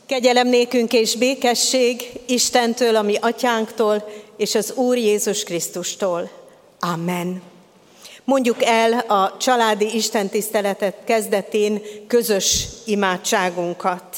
Kegyelem nékünk és békesség Istentől, a mi atyánktól, és az Úr Jézus Krisztustól. Amen. Mondjuk el a családi istentiszteletet kezdetén közös imádságunkat.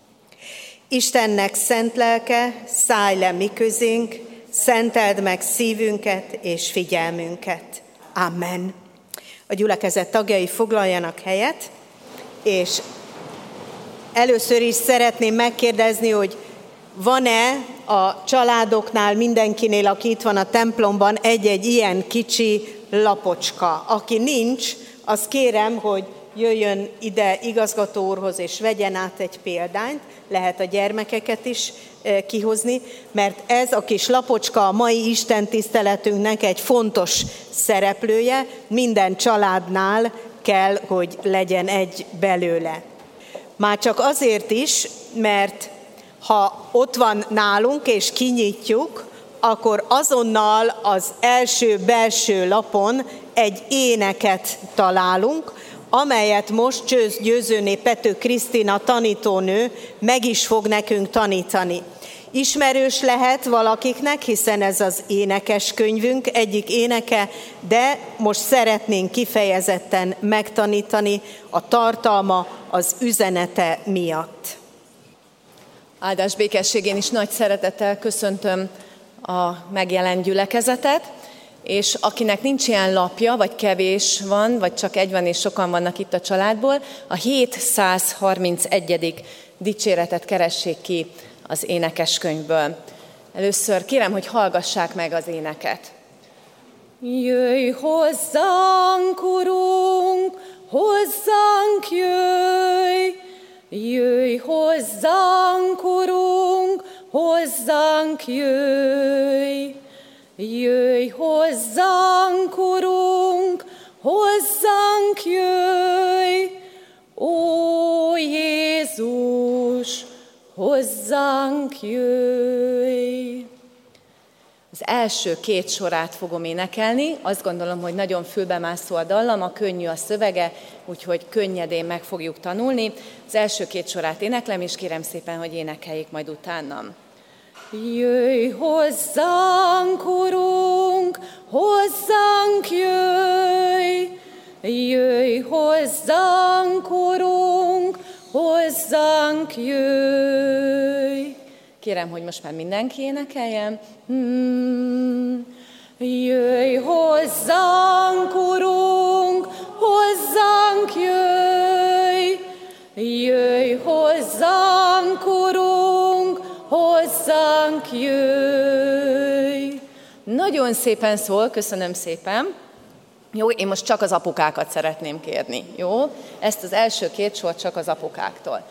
Istennek szent lelke, szállj le mi közénk, szenteld meg szívünket és figyelmünket. Amen. A gyülekezet tagjai foglaljanak helyet, és először is szeretném megkérdezni, hogy van-e a családoknál, mindenkinél, aki itt van a templomban, egy-egy ilyen kicsi lapocska. Aki nincs, azt kérem, hogy jöjjön ide igazgató úrhoz, és vegyen át egy példányt, lehet a gyermekeket is kihozni, mert ez a kis lapocska a mai istentiszteletünknek egy fontos szereplője, minden családnál kell, hogy legyen egy belőle. Már csak azért is, mert ha ott van nálunk és kinyitjuk, akkor azonnal az első belső lapon egy éneket találunk, amelyet most Csőz Győzőné Pető Krisztina tanítónő meg is fog nekünk tanítani. Ismerős lehet valakiknek, hiszen ez az énekeskönyvünk egyik éneke, de most szeretnénk kifejezetten megtanítani a tartalma, az üzenete miatt. Áldás békességén is nagy szeretettel köszöntöm a megjelent gyülekezetet, és akinek nincs ilyen lapja, vagy kevés van, vagy csak egy van, és sokan vannak itt a családból, a 731. dicséretet keressék ki az énekeskönyvből. Először kérem, hogy hallgassák meg az éneket. Jöjj hozzánk, Urunk, hozzánk jöjj! Jöjj hozzánk, Urunk, hozzánk jöjj! Jöjj hozzánk, Urunk, hozzánk jöjj! Ó Jézus, hozzánk jöjj! Az első két sorát fogom énekelni, azt gondolom, hogy nagyon fülbemászó a dallama, könnyű a szövege, úgyhogy könnyedén meg fogjuk tanulni. Az első két sorát éneklem, és kérem szépen, hogy énekeljék majd utánam. Jöjj hozzánk, Urunk, hozzánk jöjj! Jöjj hozzánk, Urunk, hozzánk jöjj! Kérem, hogy most már mindenki énekeljen. Jöjj hozzánk, Urunk, hozzánk jöjj! Jöjj hozzánk, Urunk, hozzánk jöjj! Nagyon szépen szól, köszönöm szépen. Jó, én most csak az apukákat szeretném kérni, jó? Ezt az első két sort csak az apukáktól.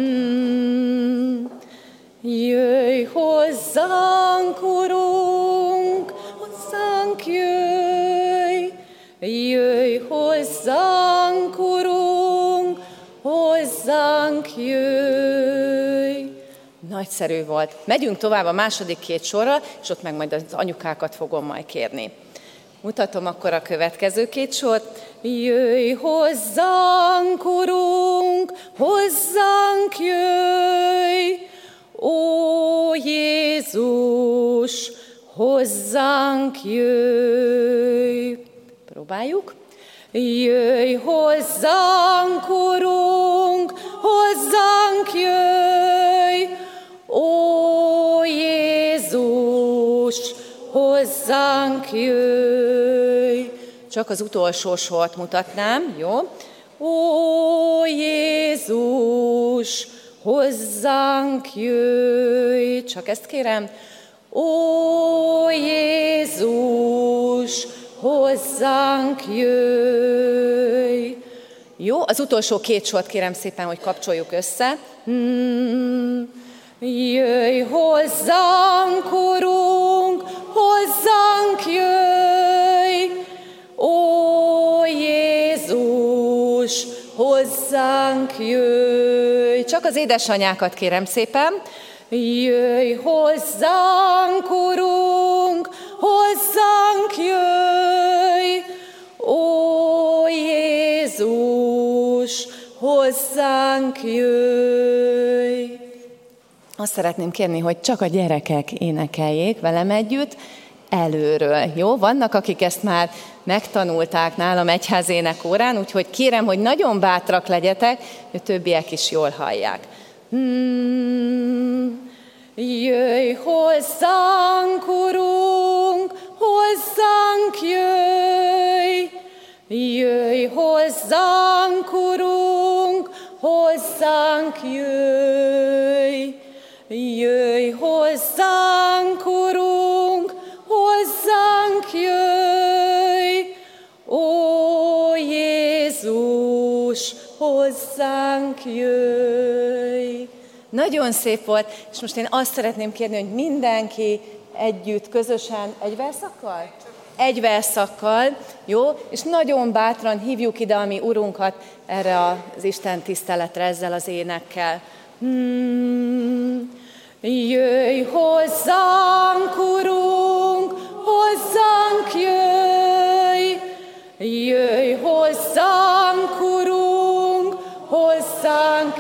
Jöjj hozzánk, Urunk, hozzánk jöjj! Jöjj hozzánk, Urunk, hozzánk jöjj! Nagyszerű volt. Megyünk tovább a második két sorra, és ott meg majd az anyukákat fogom majd kérni. Mutatom akkor a következő két sort. Jöjj hozzánk, Urunk, hozzánk jöjj! Ó Jézus, hozzánk jöjj! Próbáljuk. Jöjj hozzánk, Urunk, hozzánk jöjj! Ó Jézus, hozzánk jöjj! Csak az utolsó sort mutatnám, jó? Ó Jézus, hozzánk jöjj! Csak ezt kérem. Ó Jézus, hozzánk jöjj! Jó, az utolsó két sort kérem szépen, hogy kapcsoljuk össze. Jöjj hozzánk, Urunk, hozzánk jöjj! Ó Jézus, hozzánk jöjj! Csak az édesanyákat kérem szépen. Jöjj hozzánk, Urunk, hozzánk jöjj! Ó Jézus, hozzánk jöjj! azt szeretném kérni, hogy csak a gyerekek énekeljék velem együtt előről. Jó? Vannak, akik ezt már megtanulták nálam egyházének órán, úgyhogy kérem, hogy nagyon bátrak legyetek, hogy a többiek is jól hallják. Jöjj hozzánk, Urunk, hozzánk jöjj! Jöjj hozzánk, Urunk, hozzánk jöjj! Jöjj hozzánk, Urunk, hozzánk jöjj! Ó Jézus, hozzánk jöjj! Nagyon szép volt, és most én azt szeretném kérni, hogy mindenki együtt, közösen, egy verszakkal? Egy verszakkal, jó? És nagyon bátran hívjuk ide a mi Urunkat erre az Isten tiszteletre ezzel az énekkel. Jöjj hozzánk, Urunk, hozzánk jöjj! Jöjj hozzánk, Urunk, hozzánk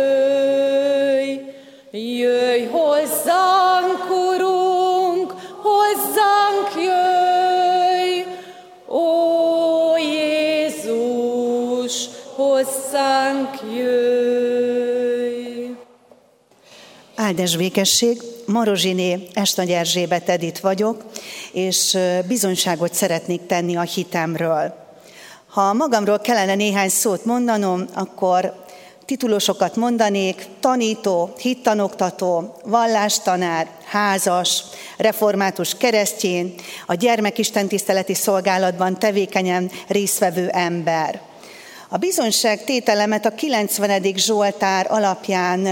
jöjj! Jöjj hozzánk, Urunk, hozzánk jöjj! Ó Jézus, hozzánk jöjj! Áldás békesség, Marozsiné Esnagy Erzsébet Edith vagyok, és bizonyságot szeretnék tenni a hitemről. Ha magamról kellene néhány szót mondanom, akkor titulosokat mondanék: tanító, hittanoktató, vallástanár, házas, református keresztény, a gyermekistentiszteleti szolgálatban tevékenyen résztvevő ember. A bizonyság tételemet a 90. Zsoltár alapján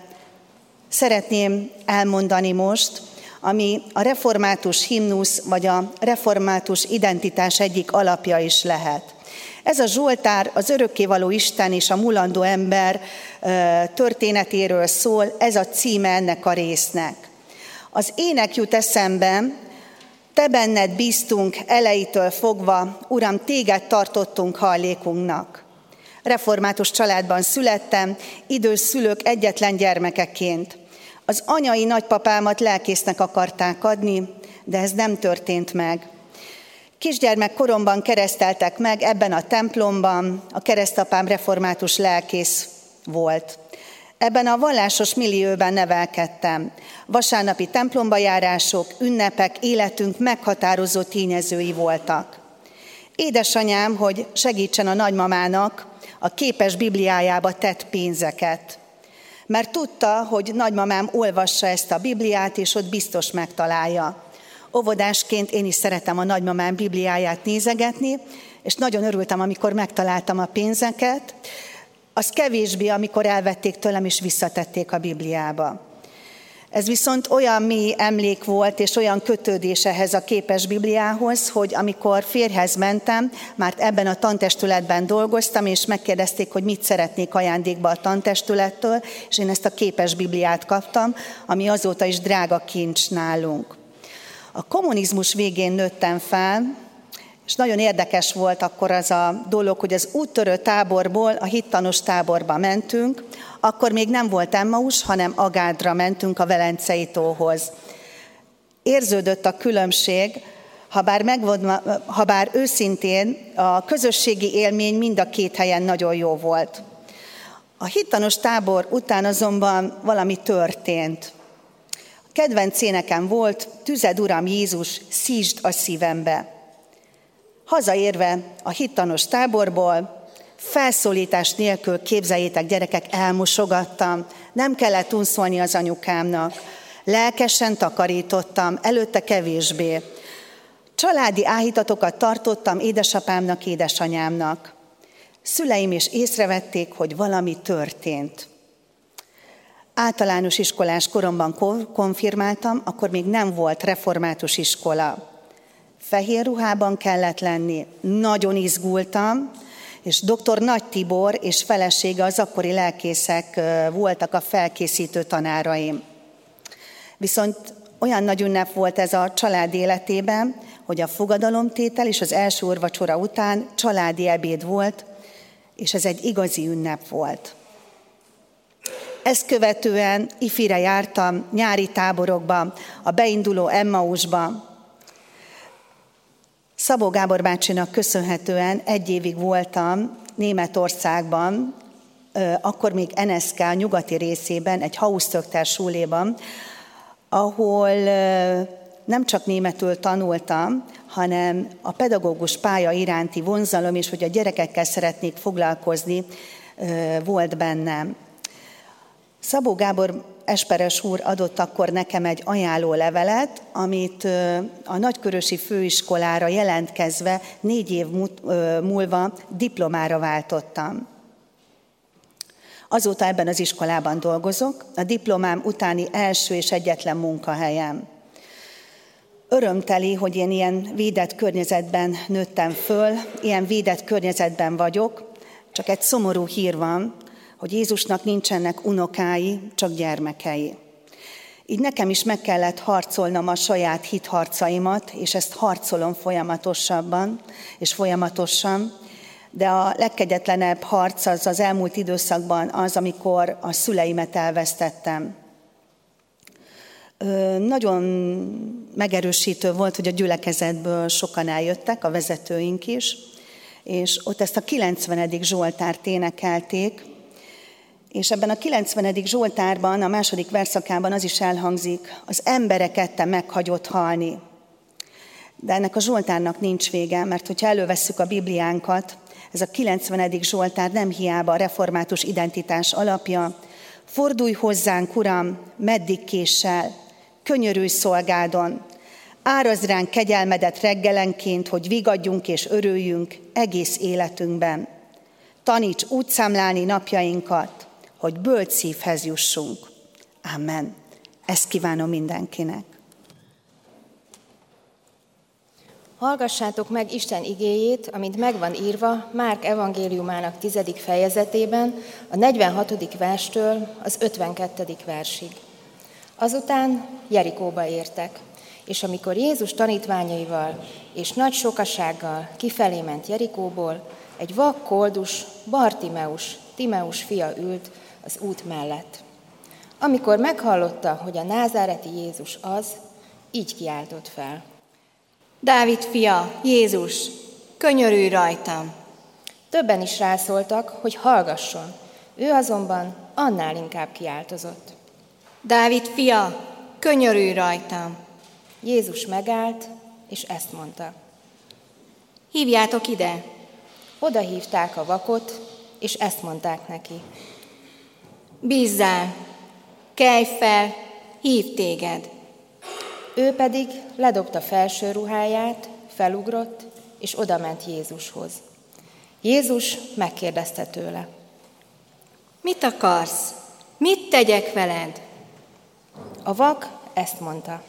szeretném elmondani most, ami a református himnusz vagy a református identitás egyik alapja is lehet. Ez a Zsoltár az örökkévaló Isten és a mulandó ember történetéről szól, ez a címe ennek a résznek. Az ének jut eszembe: te benned bíztunk elejétől fogva, Uram, téged tartottunk hajlékunknak. Református családban születtem, idős szülők egyetlen gyermekeként. Az anyai nagypapámat lelkésznek akarták adni, de ez nem történt meg. Kisgyermek koromban kereszteltek meg ebben a templomban, a keresztapám református lelkész volt. Ebben a vallásos millióben nevelkedtem. Vasárnapi templomba járások, ünnepek, életünk meghatározó tényezői voltak. Édesanyám, hogy segítsen a nagymamának, a képes Bibliájába tett pénzeket. Mert tudta, hogy nagymamám olvassa ezt a Bibliát, és ott biztos megtalálja. Óvodásként én is szeretem a nagymamám Bibliáját nézegetni, és nagyon örültem, amikor megtaláltam a pénzeket. Az kevésbé, amikor elvették tőlem, és visszatették a Bibliába. Ez viszont olyan mély emlék volt, és olyan kötődés ehhez a képes Bibliához, hogy amikor férjhez mentem, már ebben a tantestületben dolgoztam, és megkérdezték, hogy mit szeretnék ajándékba a tantestülettől, és én ezt a képes Bibliát kaptam, ami azóta is drága kincs nálunk. A kommunizmus végén nőttem fel, és nagyon érdekes volt akkor az a dolog, hogy az úttörő táborból a hittanos táborba mentünk, akkor még nem volt Emmaus, hanem Agádra mentünk a Velencei tóhoz. Érződött a különbség, habár őszintén a közösségi élmény mind a két helyen nagyon jó volt. A hittanos tábor után azonban valami történt. A kedvenc énekem volt: tüzed, Uram Jézus, szítsd a szívembe. Hazaérve a hittanos táborból, felszólítás nélkül, képzeljétek gyerekek, elmosogattam, nem kellett unszolni az anyukámnak. Lelkesen takarítottam, előtte kevésbé. Családi áhítatokat tartottam édesapámnak, édesanyámnak. Szüleim is észrevették, hogy valami történt. Általános iskolás koromban konfirmáltam, akkor még nem volt református iskola. Fehér ruhában kellett lenni, nagyon izgultam, és dr. Nagy Tibor és felesége, az akkori lelkészek voltak a felkészítő tanáraim. Viszont olyan nagy ünnep volt ez a család életében, hogy a fogadalomtétel és az első úrvacsora után családi ebéd volt, és ez egy igazi ünnep volt. Ezt követően ifire jártam nyári táborokba, a beinduló Emmausba. Szabó Gábor bácsinak köszönhetően 1 évig voltam Németországban, akkor még NSK nyugati részében, egy Haustöchter Schuléban, ahol nem csak németül tanultam, hanem a pedagógus pálya iránti vonzalom és hogy a gyerekekkel szeretnék foglalkozni, volt bennem. Szabó Gábor esperes úr adott akkor nekem egy ajánlólevelet, amit a nagykörösi főiskolára jelentkezve 4 év múlva diplomára váltottam. Azóta ebben az iskolában dolgozok, a diplomám utáni első és egyetlen munkahelyem. Örömteli, hogy én ilyen védett környezetben nőttem föl, ilyen védett környezetben vagyok, csak egy szomorú hír van, hogy Jézusnak nincsenek unokái, csak gyermekei. Így nekem is meg kellett harcolnom a saját hitharcaimat, és ezt harcolom folyamatosabban és folyamatosan, de a legkegyetlenebb harc az elmúlt időszakban az, amikor a szüleimet elvesztettem. Nagyon megerősítő volt, hogy a gyülekezetből sokan eljöttek, a vezetőink is, és ott ezt a 90. Zsoltárt énekelték, és ebben a 90. Zsoltárban, a 2. versszakában az is elhangzik, az embereket te meghagyott halni. De ennek a Zsoltárnak nincs vége, mert hogyha elővesszük a Bibliánkat, ez a 90. Zsoltár nem hiába a református identitás alapja. Fordulj hozzánk, Uram, meddig késsel, könyörülj szolgádon, árazd ránk kegyelmedet reggelenként, hogy vigadjunk és örüljünk egész életünkben. Taníts úgy számlálni napjainkat, hogy bölcs szívhez jussunk. Amen. Ezt kívánom mindenkinek. Hallgassátok meg Isten igéjét, amint megvan írva Márk evangéliumának 10. fejezetében, a 46. verstől az 52. versig. Azután Jerikóba értek, és amikor Jézus tanítványaival és nagy sokasággal kifelé ment Jerikóból, egy vak koldus, Bartimeus, Timeus fia ült az út mellett. Amikor meghallotta, hogy a názáreti Jézus az, így kiáltott fel. Dávid fia, Jézus, könyörülj rajtam! Többen is rászóltak, hogy hallgasson, ő azonban annál inkább kiáltozott. Dávid fia, könyörülj rajtam! Jézus megállt, és ezt mondta. Hívjátok ide! Oda hívták a vakot, és ezt mondták neki. Bízzál, kelj fel, hív téged! Ő pedig ledobta felső ruháját, felugrott, és odament Jézushoz. Jézus megkérdezte tőle. Mit akarsz? Mit tegyek veled? A vak ezt mondta.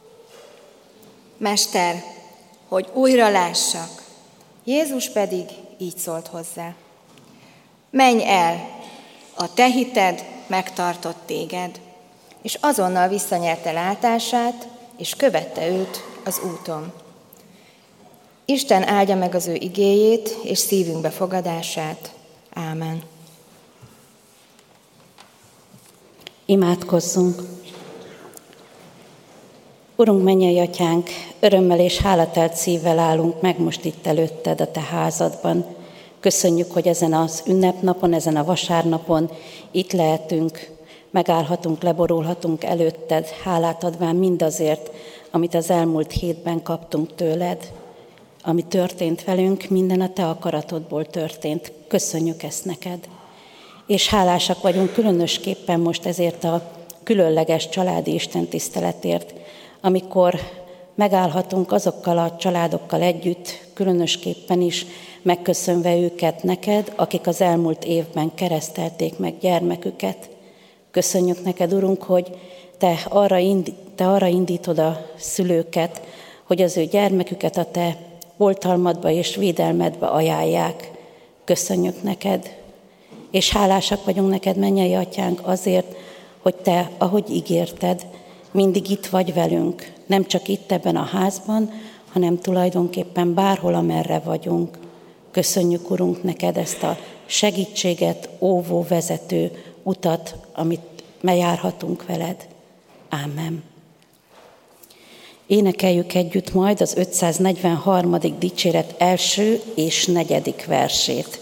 Mester, hogy újra lássak. Jézus pedig így szólt hozzá. Menj el, a te hited megtartott téged. És azonnal visszanyerte látását, és követte őt az úton. Isten áldja meg az ő igéjét és szívünk befogadását. Ámen. Imádkozzunk! Urunk, mennyei Atyánk, örömmel és hálatelt szívvel állunk meg most itt előtted a te házadban. Köszönjük, hogy ezen az ünnepnapon, ezen a vasárnapon itt lehetünk, megállhatunk, leborulhatunk előtted, hálát adván mindazért, amit az elmúlt hétben kaptunk tőled. Ami történt velünk, minden a te akaratodból történt. Köszönjük ezt neked. És hálásak vagyunk különösképpen most ezért a különleges családi istentiszteletért, amikor megállhatunk azokkal a családokkal együtt, különösképpen is megköszönve őket neked, akik az elmúlt évben keresztelték meg gyermeküket. Köszönjük neked, Urunk, hogy te arra indítod a szülőket, hogy az ő gyermeküket a te oltalmadba és védelmedbe ajánlják. Köszönjük neked, és hálásak vagyunk neked, mennyei Atyánk, azért, hogy te, ahogy ígérted, mindig itt vagy velünk, nem csak itt ebben a házban, hanem tulajdonképpen bárhol, amerre vagyunk. Köszönjük, Urunk, neked ezt a segítséget, óvó, vezető utat, amit mert járhatunk veled. Ámen. Énekeljük együtt majd az 543. dicséret első és negyedik versét.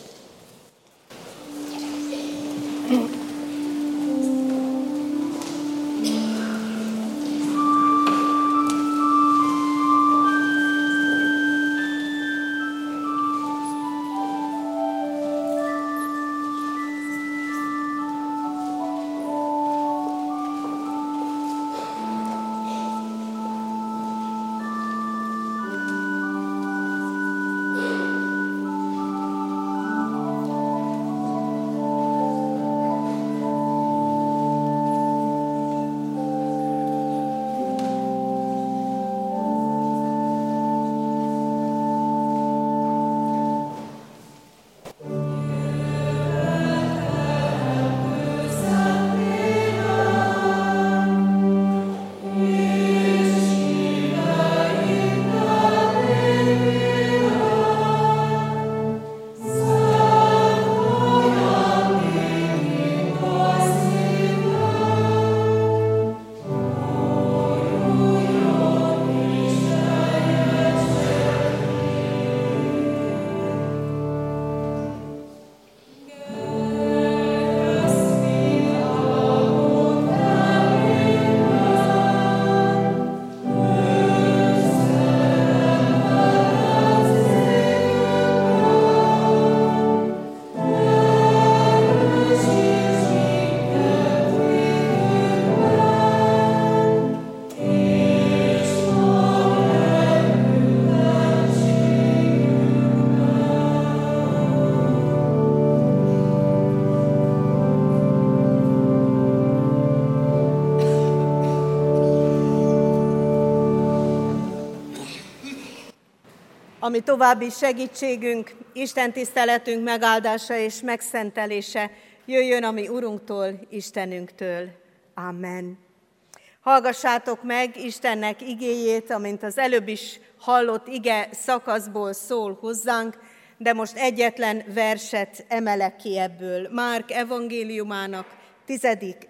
Ami további segítségünk, Isten tiszteletünk megáldása és megszentelése jöjjön a mi Urunktól, Istenünktől. Amen. Hallgassátok meg Istennek igéjét, amint az előbb is hallott ige szakaszból szól hozzánk, de most egyetlen verset emelek ki ebből. Márk evangéliumának 10.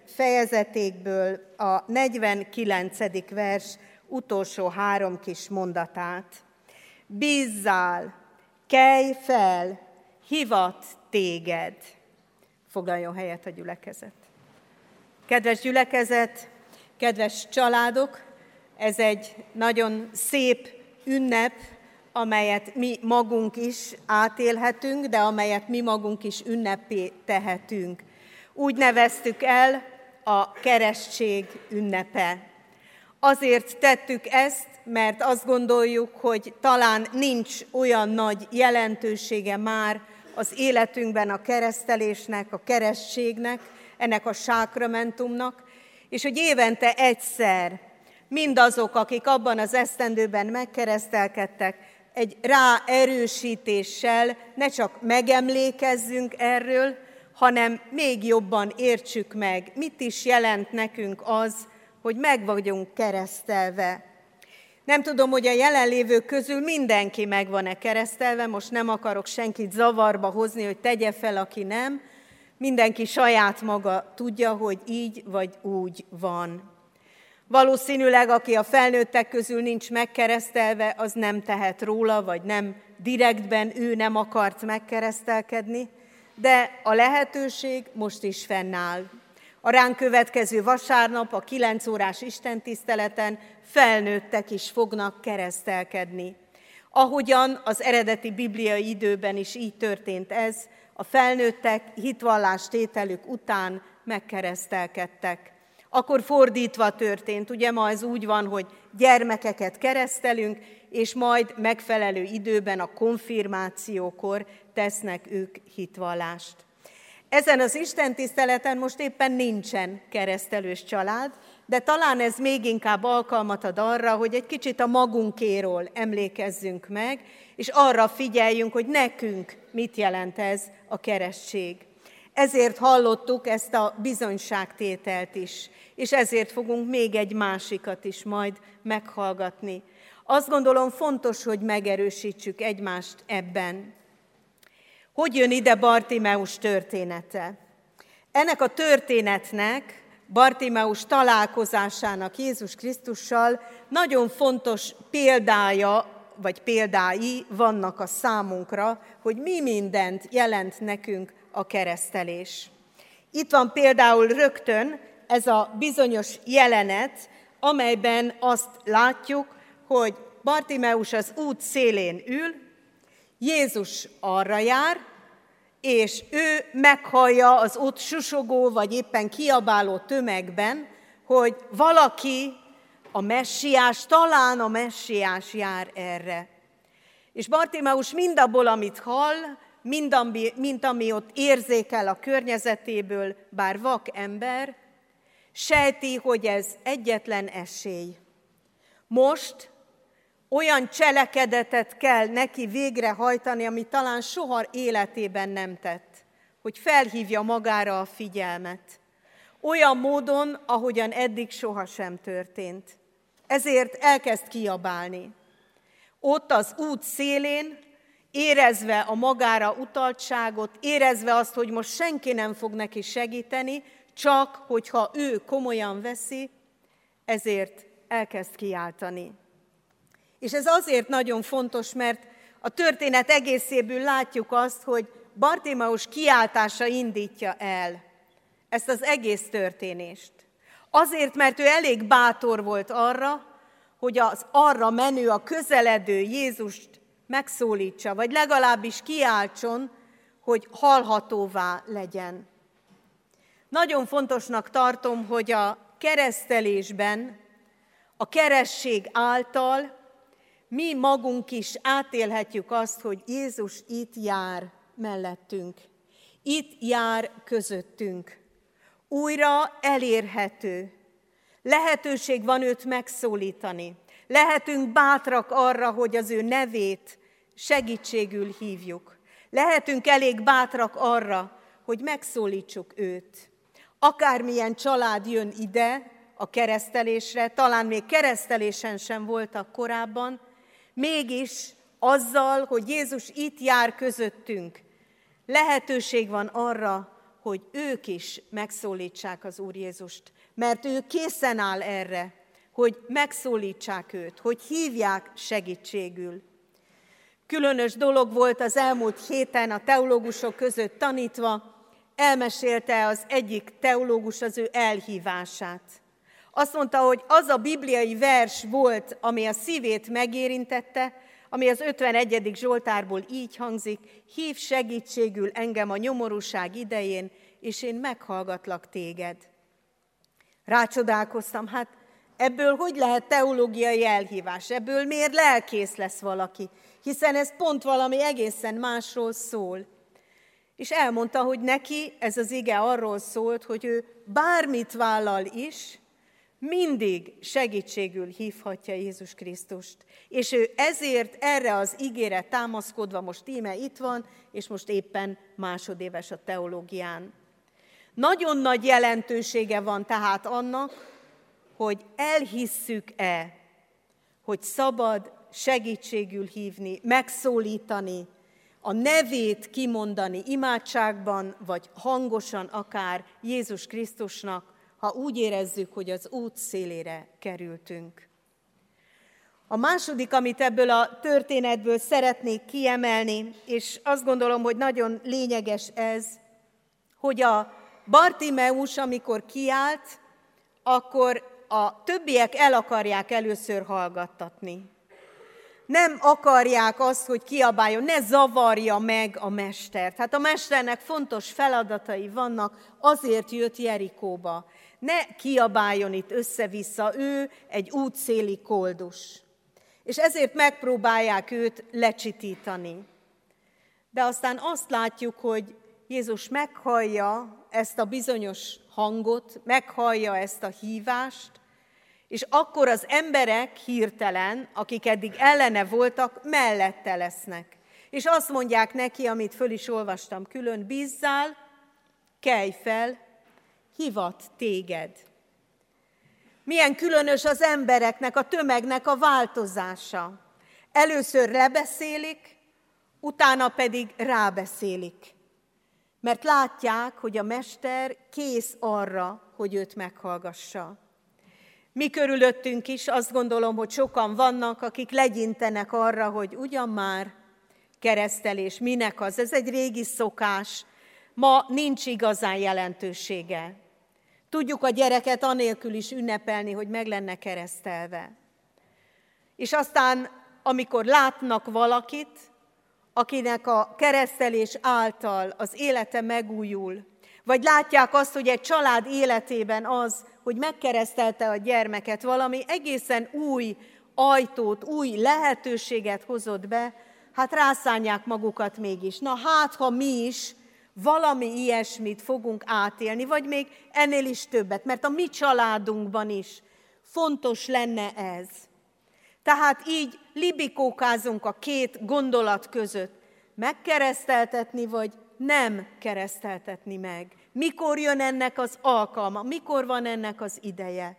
fejezetéből a 49. vers utolsó 3 kis mondatát. Bízzál, kelj fel, hivat téged. Foglaljon helyet a gyülekezet. Kedves gyülekezet, kedves családok, ez egy nagyon szép ünnep, amelyet mi magunk is átélhetünk, de amelyet mi magunk is ünnepé tehetünk. Úgy neveztük el a keresztség ünnepe. Azért tettük ezt, mert azt gondoljuk, hogy talán nincs olyan nagy jelentősége már az életünkben a keresztelésnek, a keresztségnek, ennek a sákramentumnak, és hogy évente egyszer mindazok, akik abban az esztendőben megkeresztelkedtek, egy ráerősítéssel ne csak megemlékezzünk erről, hanem még jobban értsük meg, mit is jelent nekünk az, hogy meg vagyunk keresztelve. Nem tudom, hogy a jelenlévők közül mindenki meg van-e keresztelve, most nem akarok senkit zavarba hozni, hogy tegye fel, aki nem. Mindenki saját maga tudja, hogy így vagy úgy van. Valószínűleg, aki a felnőttek közül nincs megkeresztelve, az nem tehet róla, vagy nem direktben ő nem akart megkeresztelkedni, de a lehetőség most is fennáll. A ránk következő vasárnap a 9 órás istentiszteleten felnőttek is fognak keresztelkedni. Ahogyan az eredeti bibliai időben is így történt ez, a felnőttek hitvallástételük után megkeresztelkedtek. Akkor fordítva történt, ugye ma ez úgy van, hogy gyermekeket keresztelünk, és majd megfelelő időben a konfirmációkor tesznek ők hitvallást. Ezen az istentiszteleten most éppen nincsen keresztelős család, de talán ez még inkább alkalmat ad arra, hogy egy kicsit a magunkéról emlékezzünk meg, és arra figyeljünk, hogy nekünk mit jelent ez a keresztség. Ezért hallottuk ezt a bizonyságtételt is, és ezért fogunk még egy másikat is majd meghallgatni. Azt gondolom fontos, hogy megerősítsük egymást ebben. Hogy jön ide Bartimeus története? Ennek a történetnek Bartimeus találkozásának Jézus Krisztussal nagyon fontos példája, vagy példái vannak a számunkra, hogy mi mindent jelent nekünk a keresztelés. Itt van például rögtön ez a bizonyos jelenet, amelyben azt látjuk, hogy Bartimeus az út szélén ül, Jézus arra jár, és ő meghallja az ott susogó, vagy éppen kiabáló tömegben, hogy valaki, a messiás, talán a messiás jár erre. És Bartimeus mindabból, amit hall, mint ami ott érzékel a környezetéből, bár vak ember, sejti, hogy ez egyetlen esély. Most olyan cselekedetet kell neki végrehajtani, amit talán soha életében nem tett, hogy felhívja magára a figyelmet. Olyan módon, ahogyan eddig sohasem történt. Ezért elkezd kiabálni. Ott az út szélén, érezve a magára utaltságot, érezve azt, hogy most senki nem fog neki segíteni, csak hogyha ő komolyan veszi, ezért elkezd kiáltani. És ez azért nagyon fontos, mert a történet egészéből látjuk azt, hogy Bartimeus kiáltása indítja el ezt az egész történést. Azért, mert ő elég bátor volt arra, hogy az arra menő, a közeledő Jézust megszólítsa, vagy legalábbis kiáltson, hogy hallhatóvá legyen. Nagyon fontosnak tartom, hogy a keresztelésben, a keresztség által mi magunk is átélhetjük azt, hogy Jézus itt jár mellettünk, itt jár közöttünk. Újra elérhető. Lehetőség van őt megszólítani. Lehetünk bátrak arra, hogy az ő nevét segítségül hívjuk. Lehetünk elég bátrak arra, hogy megszólítsuk őt. Akármilyen család jön ide a keresztelésre, talán még keresztelésen sem voltak korábban, mégis azzal, hogy Jézus itt jár közöttünk, lehetőség van arra, hogy ők is megszólítsák az Úr Jézust, mert ő készen áll erre, hogy megszólítsák őt, hogy hívják segítségül. Különös dolog volt az elmúlt héten a teológusok között tanítva, elmesélte az egyik teológus az ő elhívását. Azt mondta, hogy az a bibliai vers volt, ami a szívét megérintette, ami az 51. Zsoltárból így hangzik: hív segítségül engem a nyomorúság idején, és én meghallgatlak téged. Rácsodálkoztam, hát ebből hogy lehet teológiai elhívás? Ebből miért lelkész lesz valaki? Hiszen ez pont valami egészen másról szól. És elmondta, hogy neki ez az ige arról szólt, hogy ő bármit vállal is, mindig segítségül hívhatja Jézus Krisztust. És ő ezért erre az ígére támaszkodva most íme itt van, és most éppen másodéves a teológián. Nagyon nagy jelentősége van tehát annak, hogy elhisszük-e, hogy szabad segítségül hívni, megszólítani, a nevét kimondani imádságban, vagy hangosan akár Jézus Krisztusnak, ha úgy érezzük, hogy az út szélére kerültünk. A második, amit ebből a történetből szeretnék kiemelni, és azt gondolom, hogy nagyon lényeges ez, hogy a Bartimeus, amikor kiállt, akkor a többiek el akarják először hallgattatni. Nem akarják azt, hogy kiabáljon, ne zavarja meg a mestert. Hát a mesternek fontos feladatai vannak, azért jött Jerikóba. Ne kiabáljon itt össze-vissza, ő egy útszéli koldus. És ezért megpróbálják őt lecsitítani. De aztán azt látjuk, hogy Jézus meghallja ezt a bizonyos hangot, meghallja ezt a hívást, és akkor az emberek hirtelen, akik eddig ellene voltak, mellette lesznek. És azt mondják neki, amit föl is olvastam külön: bízzál, kelj fel, hivat téged. Milyen különös az embereknek, a tömegnek a változása. Először lebeszélik, utána pedig rábeszélik. mert látják, hogy a mester kész arra, hogy őt meghallgassa. Mi körülöttünk is azt gondolom, hogy sokan vannak, akik legyintenek arra, hogy ugyan már keresztelés, minek az? Ez egy régi szokás, ma nincs igazán jelentősége. Tudjuk a gyereket anélkül is ünnepelni, hogy meg lenne keresztelve. És aztán, amikor látnak valakit, akinek a keresztelés által az élete megújul, vagy látják azt, hogy egy család életében az, hogy megkeresztelte a gyermeket, valami egészen új ajtót, új lehetőséget hozott be, hát rászánják magukat mégis. Na hát, ha mi is valami ilyesmit fogunk átélni, vagy még ennél is többet, mert a mi családunkban is fontos lenne ez. Tehát így libikókázunk a két gondolat között, megkereszteltetni, vagy nem kereszteltetni meg. Mikor jön ennek az alkalma, mikor van ennek az ideje?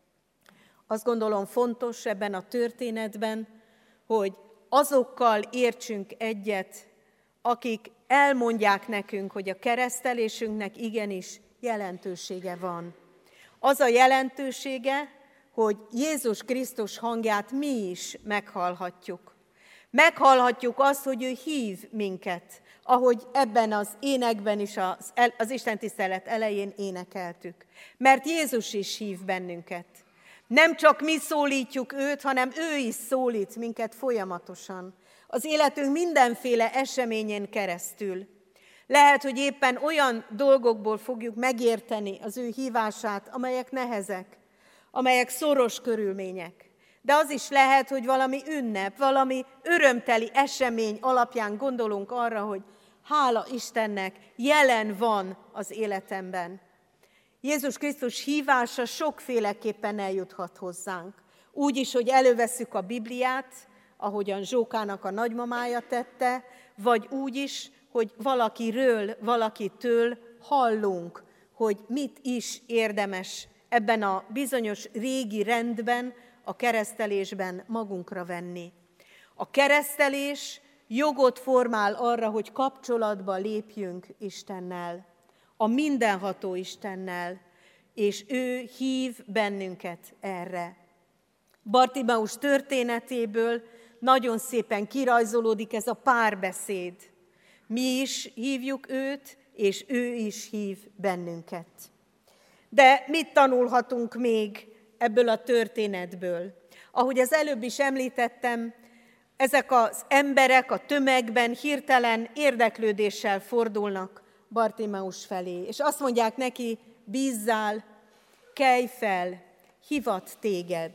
Azt gondolom fontos ebben a történetben, hogy azokkal értsünk egyet, akik elmondják nekünk, hogy a keresztelésünknek igenis jelentősége van. Az a jelentősége, hogy Jézus Krisztus hangját mi is meghallhatjuk. Meghallhatjuk azt, hogy ő hív minket, ahogy ebben az énekben is az istentisztelet elején énekeltük. Mert Jézus is hív bennünket. Nem csak mi szólítjuk őt, hanem ő is szólít minket folyamatosan. Az életünk mindenféle eseményén keresztül. Lehet, hogy éppen olyan dolgokból fogjuk megérteni az ő hívását, amelyek nehezek, amelyek szoros körülmények. De az is lehet, hogy valami ünnep, valami örömteli esemény alapján gondolunk arra, hogy hála Istennek, jelen van az életemben. Jézus Krisztus hívása sokféleképpen eljuthat hozzánk. Úgy is, hogy elővesszük a Bibliát, ahogyan Zsókának a nagymamája tette, vagy úgy is, hogy valakiről, valakitől hallunk, hogy mit is érdemes ebben a bizonyos régi rendben, a keresztelésben magunkra venni. A keresztelés jogot formál arra, hogy kapcsolatba lépjünk Istennel, a mindenható Istennel, és ő hív bennünket erre. Bartimeus történetéből nagyon szépen kirajzolódik ez a párbeszéd. Mi is hívjuk őt, és ő is hív bennünket. De mit tanulhatunk még ebből a történetből? Ahogy az előbb is említettem, ezek az emberek a tömegben hirtelen érdeklődéssel fordulnak Bartimeus felé, és azt mondják neki, bízzál, kelj fel, hivat téged.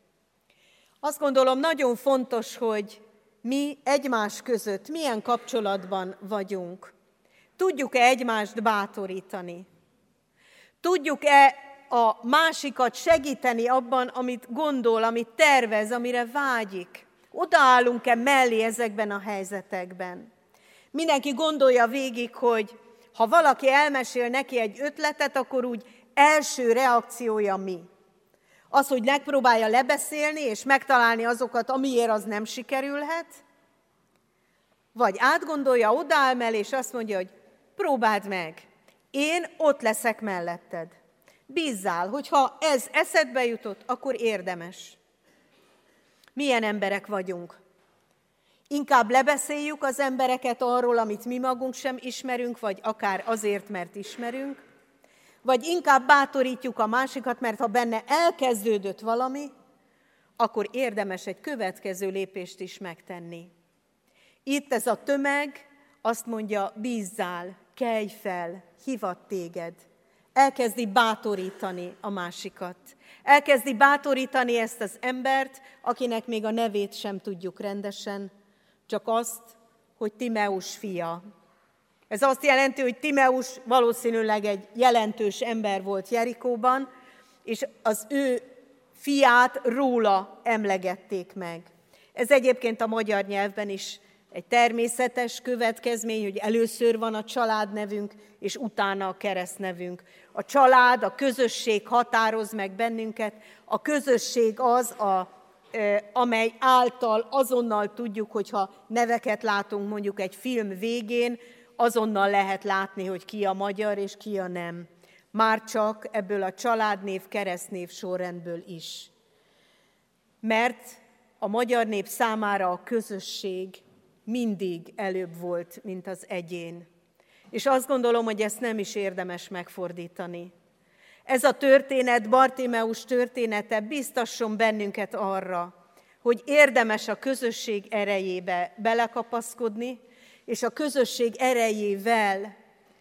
Azt gondolom, nagyon fontos, hogy mi egymás között milyen kapcsolatban vagyunk. Tudjuk-e egymást bátorítani? Tudjuk-e a másikat segíteni abban, amit gondol, amit tervez, amire vágyik? Odaállunk-e mellé ezekben a helyzetekben? Mindenki gondolja végig, hogy ha valaki elmesél neki egy ötletet, akkor úgy első reakciója mi? Az, hogy megpróbálja lebeszélni és megtalálni azokat, amiért az nem sikerülhet? Vagy átgondolja, odaáll mellé, és azt mondja, hogy próbáld meg, én ott leszek melletted. Bízzál, hogyha ez eszedbe jutott, akkor érdemes. Milyen emberek vagyunk? Inkább lebeszéljük az embereket arról, amit mi magunk sem ismerünk, vagy akár azért, mert ismerünk, vagy inkább bátorítjuk a másikat, mert ha benne elkezdődött valami, akkor érdemes egy következő lépést is megtenni. Itt ez a tömeg azt mondja, bízzál, kelj fel, hivat téged. Elkezdi bátorítani a másikat. Elkezdi bátorítani ezt az embert, akinek még a nevét sem tudjuk rendesen, csak azt, hogy Timeus fia. Ez azt jelenti, hogy Timeus valószínűleg egy jelentős ember volt Jerikóban, és az ő fiát róla emlegették meg. Ez egyébként a magyar nyelvben is egy természetes következmény, hogy először van a családnevünk, és utána a keresztnevünk. A család, a közösség határoz meg bennünket. A közösség az, amely által azonnal tudjuk, hogyha neveket látunk mondjuk egy film végén, azonnal lehet látni, hogy ki a magyar és ki a nem. Már csak ebből a családnév, keresztnév sorrendből is. Mert a magyar nép számára a közösség mindig előbb volt, mint az egyén. És azt gondolom, hogy ezt nem is érdemes megfordítani. Ez a történet, Bartimeus története biztasson bennünket arra, hogy érdemes a közösség erejébe belekapaszkodni, és a közösség erejével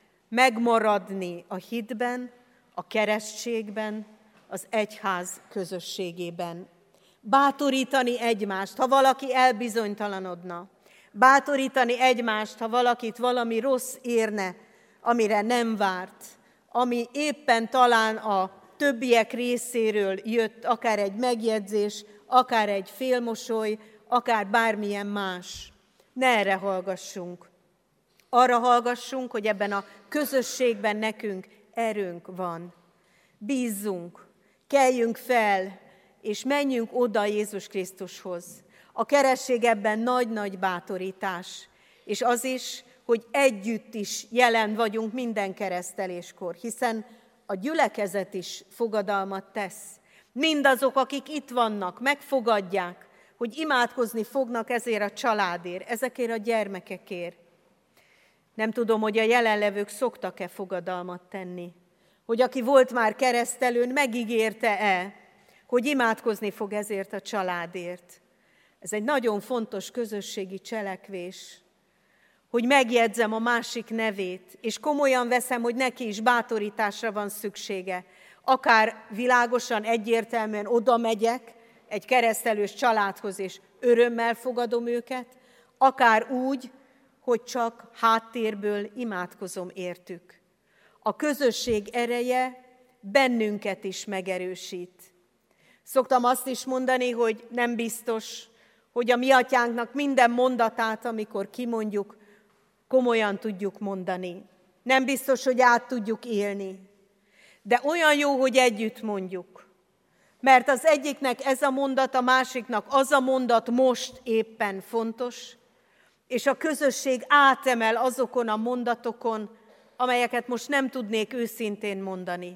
megmaradni a hitben, a keresztségben, az egyház közösségében. Bátorítani egymást, ha valaki elbizonytalanodna. Bátorítani egymást, ha valakit valami rossz érne, amire nem várt, ami éppen talán a többiek részéről jött, akár egy megjegyzés, akár egy félmosoly, akár bármilyen más. Ne erre hallgassunk. Arra hallgassunk, hogy ebben a közösségben nekünk erőnk van. Bízzunk, keljünk fel, és menjünk oda Jézus Krisztushoz. A keresztség ebben nagy-nagy bátorítás, és az is, hogy együtt is jelen vagyunk minden kereszteléskor, hiszen a gyülekezet is fogadalmat tesz. Mindazok, akik itt vannak, megfogadják, hogy imádkozni fognak ezért a családért, ezekért a gyermekekért. Nem tudom, hogy a jelenlevők szoktak-e fogadalmat tenni, hogy aki volt már keresztelőn, megígérte-e, hogy imádkozni fog ezért a családért. Ez egy nagyon fontos közösségi cselekvés, hogy megjegyzem a másik nevét, és komolyan veszem, hogy neki is bátorításra van szüksége. Akár világosan, egyértelműen oda megyek egy keresztelős családhoz, és örömmel fogadom őket, akár úgy, hogy csak háttérből imádkozom értük. A közösség ereje bennünket is megerősít. Szoktam azt is mondani, hogy nem biztos, hogy a mi atyánknak minden mondatát, amikor kimondjuk, komolyan tudjuk mondani. Nem biztos, hogy át tudjuk élni. De olyan jó, hogy együtt mondjuk. Mert az egyiknek ez a mondat, a másiknak az a mondat most éppen fontos, és a közösség átemel azokon a mondatokon, amelyeket most nem tudnék őszintén mondani.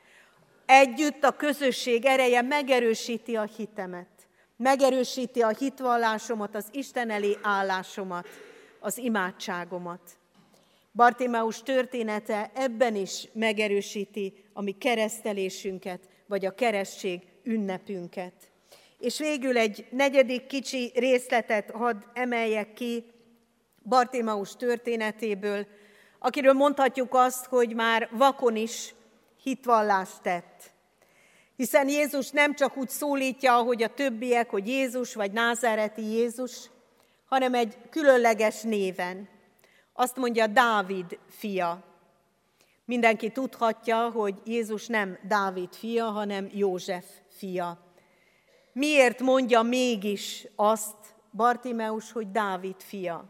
Együtt a közösség ereje megerősíti a hitemet, megerősíti a hitvallásomat, az Isten elé állásomat, az imádságomat. Bartimeus története ebben is megerősíti a mi keresztelésünket, vagy a keresztség ünnepünket. És végül egy negyedik kicsi részletet hadd emeljek ki Bartimeus történetéből, akiről mondhatjuk azt, hogy már vakon is hitvallást tett. Hiszen Jézus nem csak úgy szólítja, ahogy a többiek, hogy Jézus vagy názáreti Jézus, hanem egy különleges néven. Azt mondja, Dávid fia. Mindenki tudhatja, hogy Jézus nem Dávid fia, hanem József fia. Miért mondja mégis azt Bartimeus, hogy Dávid fia?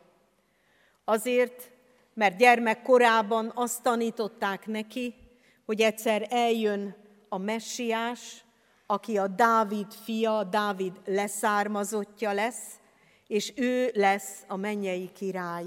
Azért, mert gyermekkorában azt tanították neki, hogy egyszer eljön a messiás, aki a Dávid fia, Dávid leszármazottja lesz, és ő lesz a mennyei király.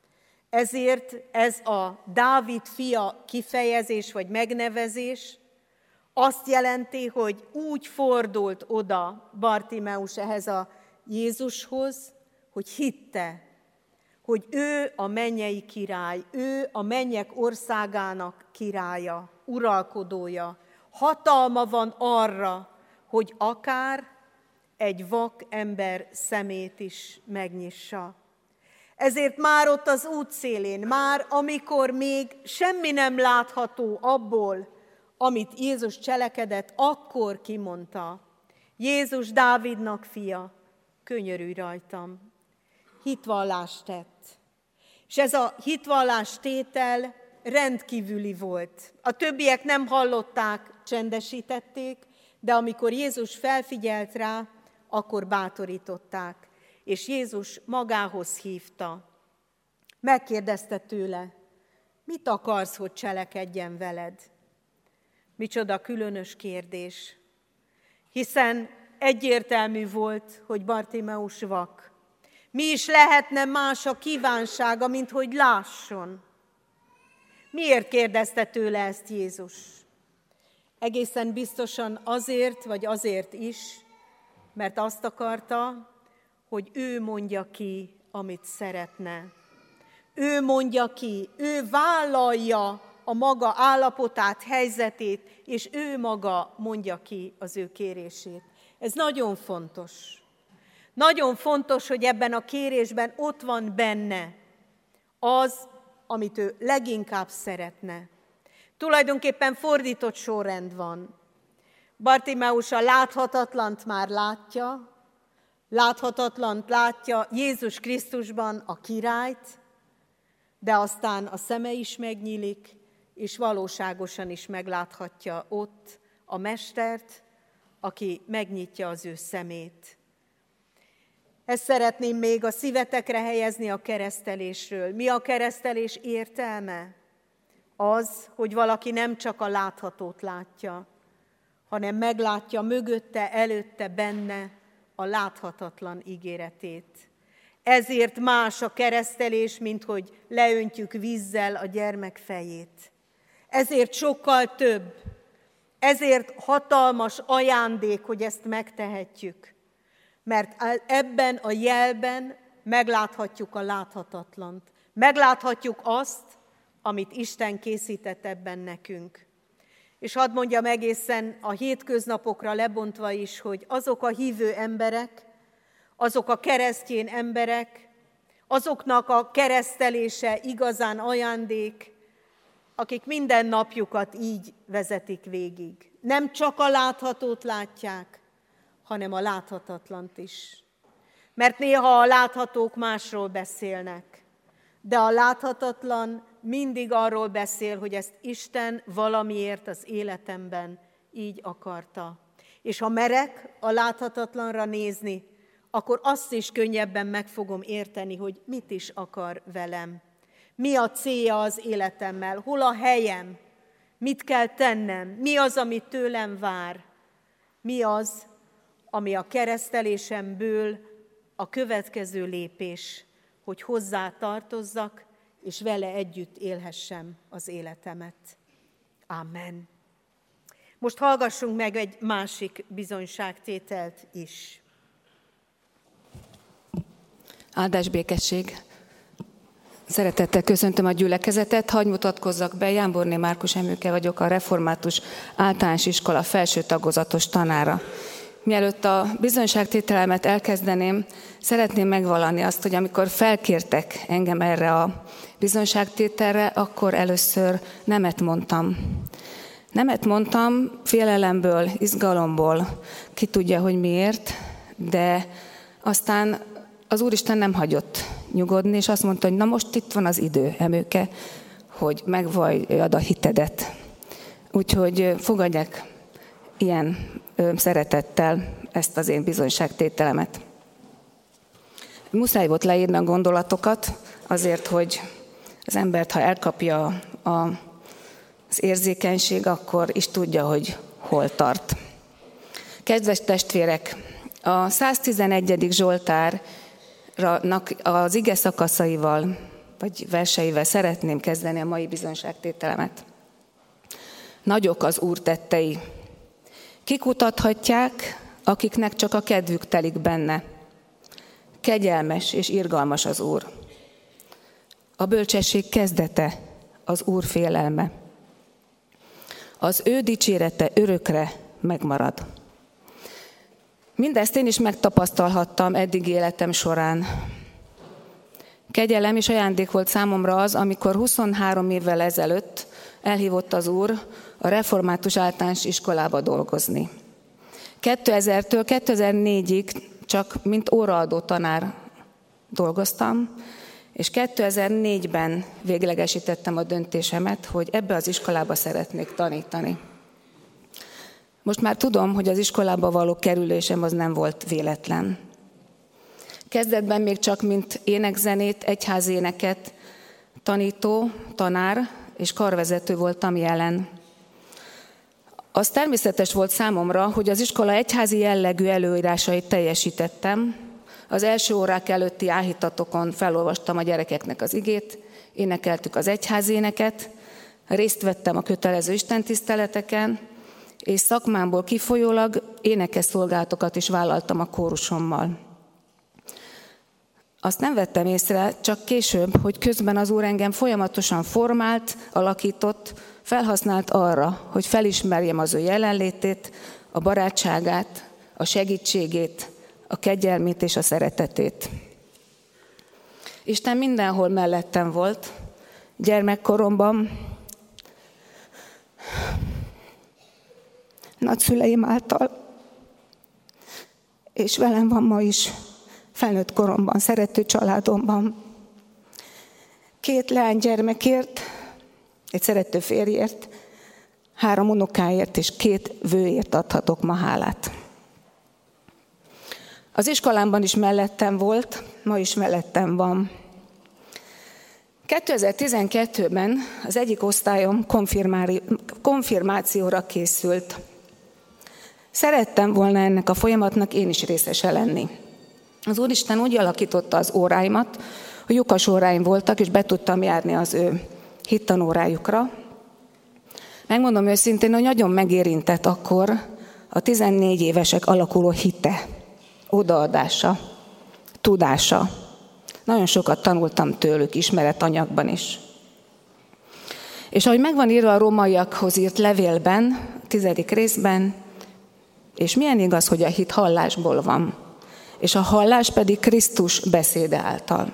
Ezért ez a Dávid fia kifejezés vagy megnevezés azt jelenti, hogy úgy fordult oda Bartimeus ehhez a Jézushoz, hogy hitte, hogy ő a mennyei király, ő a mennyek országának királya, uralkodója. Hatalma van arra, hogy akár egy vak ember szemét is megnyissa. Ezért már ott az útszélén, már amikor még semmi nem látható abból, amit Jézus cselekedett, akkor kimondta, Jézus Dávidnak fia, könyörülj rajtam. Hitvallást tett. És ez a hitvallás tétel rendkívüli volt. A többiek nem hallották, csendesítették, de amikor Jézus felfigyelt rá, akkor bátorították. És Jézus magához hívta. Megkérdezte tőle, mit akarsz, hogy cselekedjen veled? Micsoda különös kérdés. Hiszen egyértelmű volt, hogy Bartimeus vak. Mi is lehetne más a kívánsága, mint hogy lásson? Miért kérdezte tőle ezt Jézus? Egészen biztosan azért, vagy azért is, mert azt akarta, hogy ő mondja ki, amit szeretne. Ő mondja ki, ő vállalja a maga állapotát, helyzetét, és ő maga mondja ki az ő kérését. Ez nagyon fontos. Nagyon fontos, hogy ebben a kérésben ott van benne az, amit ő leginkább szeretne. Tulajdonképpen fordított sorrend van. Bartimeus a láthatatlant már látja, láthatatlant látja Jézus Krisztusban a királyt, de aztán a szeme is megnyílik, és valóságosan is megláthatja ott a mestert, aki megnyitja az ő szemét. Ezt szeretném még a szívetekre helyezni a keresztelésről. Mi a keresztelés értelme? Az, hogy valaki nem csak a láthatót látja, hanem meglátja mögötte, előtte, benne a láthatatlan ígéretét. Ezért más a keresztelés, mint hogy leöntjük vízzel a gyermek fejét. Ezért sokkal több, ezért hatalmas ajándék, hogy ezt megtehetjük. Mert ebben a jelben megláthatjuk a láthatatlant. Megláthatjuk azt, amit Isten készített ebben nekünk. És hadd mondjam egészen a hétköznapokra lebontva is, hogy azok a hívő emberek, azok a keresztény emberek, azoknak a keresztelése igazán ajándék, akik minden napjukat így vezetik végig. Nem csak a láthatót látják, hanem a láthatatlant is. Mert néha a láthatók másról beszélnek, de a láthatatlan mindig arról beszél, hogy ezt Isten valamiért az életemben így akarta. És ha merek a láthatatlanra nézni, akkor azt is könnyebben meg fogom érteni, hogy mit is akar velem. Mi a célja az életemmel, hol a helyem, mit kell tennem, mi az, amit tőlem vár, mi az, ami a keresztelésemből a következő lépés, hogy hozzá tartozzak, és vele együtt élhessem az életemet. Amen. Most hallgassunk meg egy másik bizonyságtételt is. Áldás békesség! Szeretettel köszöntöm a gyülekezetet, hadd mutatkozzak be, Jámborné Márkus Emőke vagyok, a Református Általános Iskola felső tagozatos tanára. Mielőtt a bizonyságtételemet elkezdeném, szeretném megvallani azt, hogy amikor felkértek engem erre a bizonyságtételre, akkor először nemet mondtam. Nemet mondtam félelemből, izgalomból, ki tudja, hogy miért, de aztán az Úristen nem hagyott nyugodni, és azt mondta, hogy na most itt van az idő, Emőke, hogy megvalljad a hitedet. Úgyhogy fogadják ilyen szeretettel ezt az én bizonyságtételemet. Muszáj volt leírni a gondolatokat, azért, hogy az embert, ha elkapja az érzékenység, akkor is tudja, hogy hol tart. Kedves testvérek, a 111. Zsoltárnak az ige szakaszaival, vagy verseivel szeretném kezdeni a mai bizonyságtételemet. Nagyok az Úr tettei. Kikutathatják, akiknek csak a kedvük telik benne. Kegyelmes és irgalmas az Úr. A bölcsesség kezdete az Úr félelme. Az ő dicsérete örökre megmarad. Mindezt én is megtapasztalhattam eddig életem során. Kegyelem és ajándék volt számomra az, amikor 23 évvel ezelőtt elhívott az Úr a Református Általános Iskolába dolgozni. 2000-től 2004-ig csak mint óraadó tanár dolgoztam, és 2004-ben véglegesítettem a döntésemet, hogy ebbe az iskolába szeretnék tanítani. Most már tudom, hogy az iskolába való kerülésem az nem volt véletlen. Kezdetben még csak mint énekzenét, egyházéneket tanító, tanár és karvezető voltam jelen. Az természetes volt számomra, hogy az iskola egyházi jellegű előírásait teljesítettem, Az első órák előtti áhítatokon felolvastam a gyerekeknek az igét, énekeltük az egyházéneket, részt vettem a kötelező istentiszteleteken, és szakmámból kifolyólag énekeszolgálatokat is vállaltam a kórusommal. Azt nem vettem észre, csak később, hogy közben az Úr engem folyamatosan formált, alakított, felhasznált arra, hogy felismerjem az ő jelenlétét, a barátságát, a segítségét, a kegyelmét és a szeretetét. Isten mindenhol mellettem volt, gyermekkoromban, nagyszüleim által, és velem van ma is, felnőtt koromban, szerető családomban. 2 leánygyermekért, egy szerető férjért, 3 unokáért és 2 vőért adhatok ma hálát. Az iskolámban is mellettem volt, ma is mellettem van. 2012-ben az egyik osztályom konfirmációra készült. Szerettem volna ennek a folyamatnak én is részese lenni. Az Úristen úgy alakította az óráimat, hogy lyukas óráim voltak, és be tudtam járni az ő hittanórájukra. Megmondom őszintén, hogy nagyon megérintett akkor a 14 évesek alakuló hite, odaadása, tudása. Nagyon sokat tanultam tőlük, ismeretanyagban is. És ahogy megvan írva a rómaiakhoz írt levélben, 10. részben, és milyen igaz, hogy a hit hallásból van, és a hallás pedig Krisztus beszéde által.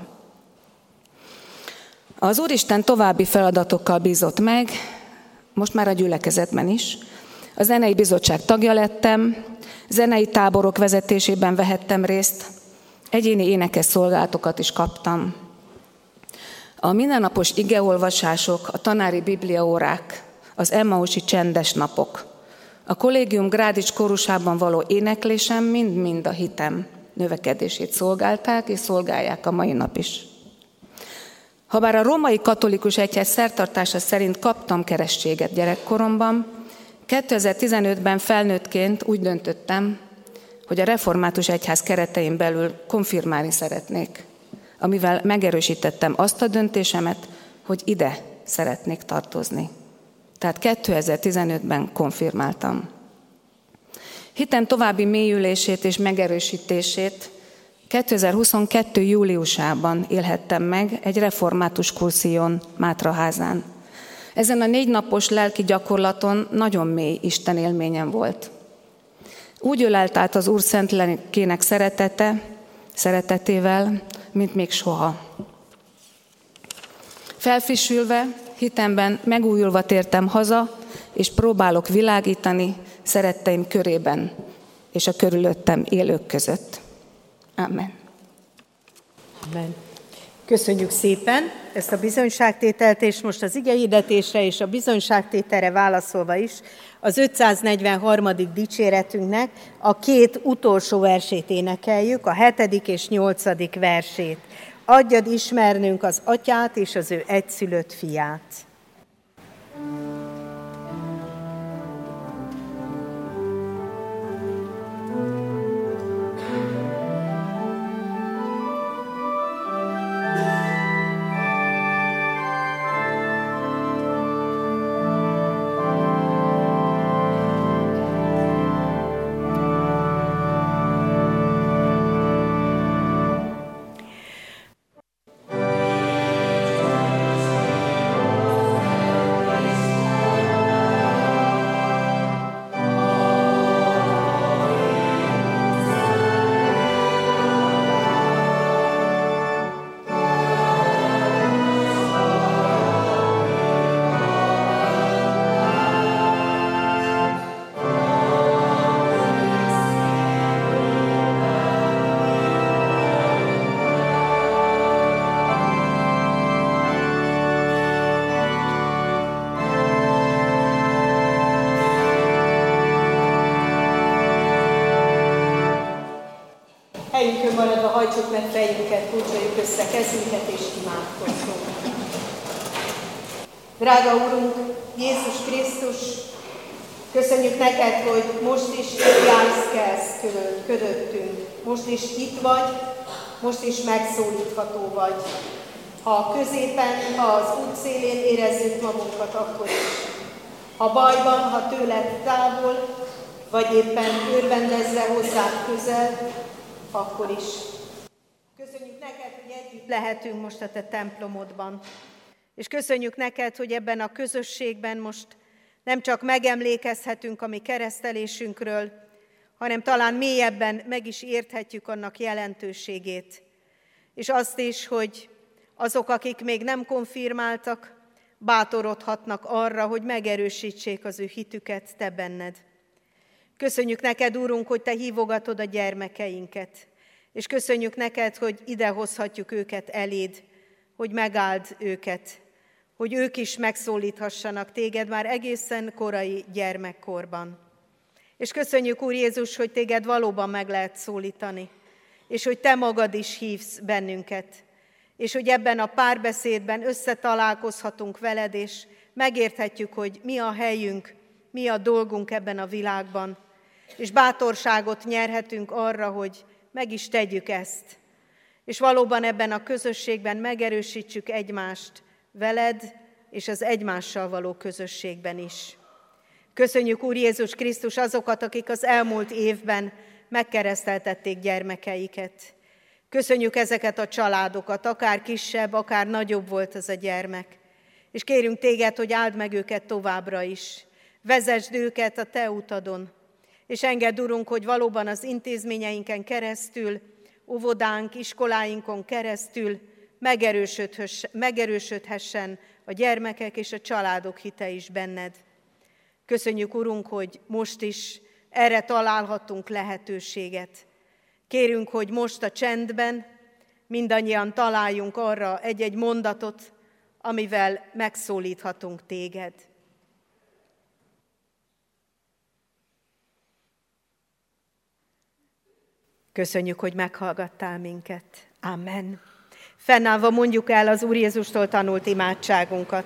Az Úristen további feladatokkal bízott meg, most már a gyülekezetben is. A zenei bizottság tagja lettem, zenei táborok vezetésében vehettem részt, egyéni énekes szolgálatokat is kaptam. A mindennapos igeolvasások, a tanári bibliaórák, az Emmausi csendes napok, a kollégium Grádics kórusában való éneklésem mind-mind a hitem növekedését szolgálták és szolgálják a mai nap is. Habár a római katolikus egyház szertartása szerint kaptam keresztséget gyerekkoromban, 2015-ben felnőttként úgy döntöttem, hogy a református egyház keretein belül konfirmálni szeretnék, amivel megerősítettem azt a döntésemet, hogy ide szeretnék tartozni. Tehát 2015-ben konfirmáltam. Hitem további mélyülését és megerősítését 2022. júliusában élhettem meg egy református kurszión Mátraházán. Ezen a 4 napos lelki gyakorlaton nagyon mély Isten élményem volt. Úgy ölelt át az Úr szent lelkének szeretetével, mint még soha. Felfrissülve, hitemben megújulva tértem haza, és próbálok világítani szeretteim körében és a körülöttem élők között. Amen. Amen. Köszönjük szépen ezt a bizonyságtételt, és most az igehirdetésre és a bizonyságtételre válaszolva is az 543. dicséretünknek a 2 utolsó versét énekeljük, a 7. és 8. versét. Adjad ismernünk az Atyát és az ő egyszülött fiát. Helyünkön maradva hajtsuk meg fejünket, kulcsoljuk össze kezünket és imádkozzunk. Drága Úrunk, Jézus Krisztus, Köszönjük neked, hogy most is itt jársz közöttünk. Most is itt vagy, most is megszólítható vagy. Ha középen, ha az útszélén érezzük magunkat, akkor is. Ha bajban, ha tőled távol, vagy éppen örvendezve hozzád közel, akkor is. Köszönjük neked, hogy együtt lehetünk most a te templomodban. És köszönjük neked, hogy ebben a közösségben most nem csak megemlékezhetünk a mi keresztelésünkről, hanem talán mélyebben meg is érthetjük annak jelentőségét. És azt is, hogy azok, akik még nem konfirmáltak, bátorodhatnak arra, hogy megerősítsék az ő hitüket te benned. Köszönjük neked, Úrunk, hogy te hívogatod a gyermekeinket, és köszönjük neked, hogy idehozhatjuk őket eléd, hogy megáld őket, hogy ők is megszólíthassanak téged már egészen korai gyermekkorban. És köszönjük, Úr Jézus, hogy téged valóban meg lehet szólítani, és hogy te magad is hívsz bennünket, és hogy ebben a párbeszédben összetalálkozhatunk veled, és megérthetjük, hogy mi a helyünk, mi a dolgunk ebben a világban, és bátorságot nyerhetünk arra, hogy meg is tegyük ezt. És valóban ebben a közösségben megerősítsük egymást veled, és az egymással való közösségben is. Köszönjük, Úr Jézus Krisztus, azokat, akik az elmúlt évben megkereszteltették gyermekeiket. Köszönjük ezeket a családokat, akár kisebb, akár nagyobb volt ez a gyermek. És kérünk téged, hogy áld meg őket továbbra is. Vezesd őket a te utadon. És engedd, Urunk, hogy valóban az intézményeinken keresztül, óvodánk, iskoláinkon keresztül megerősödhessen a gyermekek és a családok hite is benned. Köszönjük, Urunk, hogy most is erre találhatunk lehetőséget. Kérünk, hogy most a csendben mindannyian találjunk arra egy-egy mondatot, amivel megszólíthatunk téged. Köszönjük, hogy meghallgattál minket. Amen. Fennállva mondjuk el az Úr Jézustól tanult imádságunkat.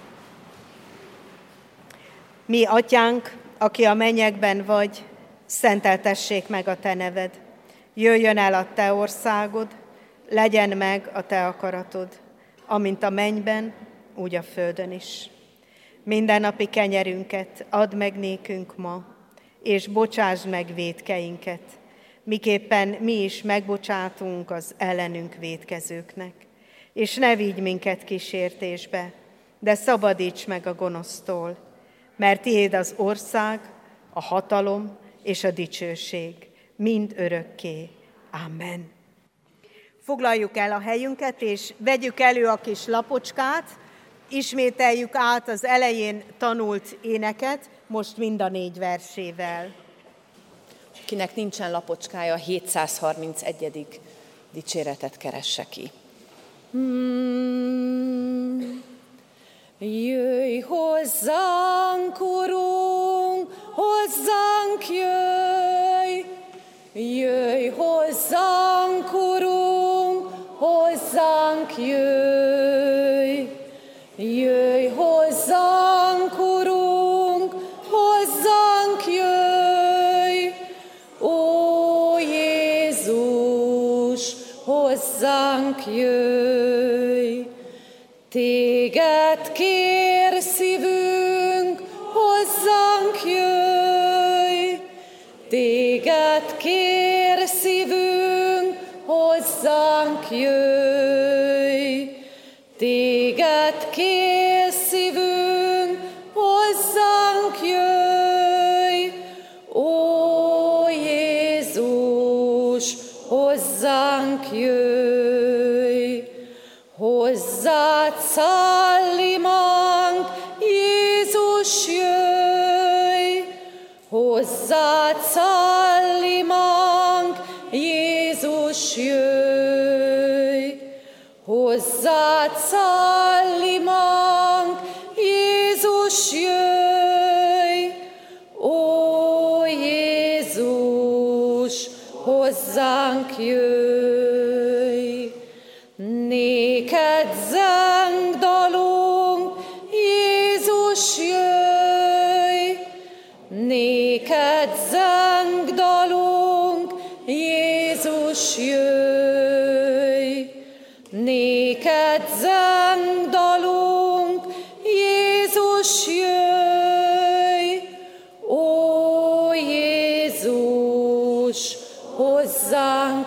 Mi, Atyánk, aki a mennyekben vagy, szenteltessék meg a te neved. Jöjjön el a te országod, legyen meg a te akaratod, amint a mennyben, úgy a földön is. Mindennapi kenyerünket add meg nékünk ma, és bocsásd meg vétkeinket, miképpen mi is megbocsátunk az ellenünk vétkezőknek. És ne vigy minket kísértésbe, de szabadíts meg a gonosztól, mert tiéd az ország, a hatalom és a dicsőség, mind örökké. Amen. Foglaljuk el a helyünket, és vegyük elő a kis lapocskát, ismételjük át az elején tanult éneket, most mind a 4 versével. Akinek nincsen lapocskája, a 731. dicséretet keresse ki. Jöjj hozzánk, Urunk, hozzánk jöjj! Jöjj hozzánk, Urunk, hozzánk jöjj! Jöjj hozzánk, Urunk, hozzánk jöjj! Ó Jézus, hozzánk jöjj! Téged kér szívünk, hozzánk jöjj! Téged kér szívünk, hozzánk jöjj! Téged kér szívünk, hozzánk jöjj! Ó Jézus, hozzánk jöjj! Hozzád szállimánk, Jézus, jöjj! Hozzád szállimánk, Jézus, jöjj! Hozzád szállimánk, Jézus, jöjj! Ó Jézus, hozzánk jöjj! Néked zeng dalunk, Jézus, jöjj! Jézus, jöjj! Néked zengdalunk, Jézus, jöjj! Ó, Jézus, hozzánk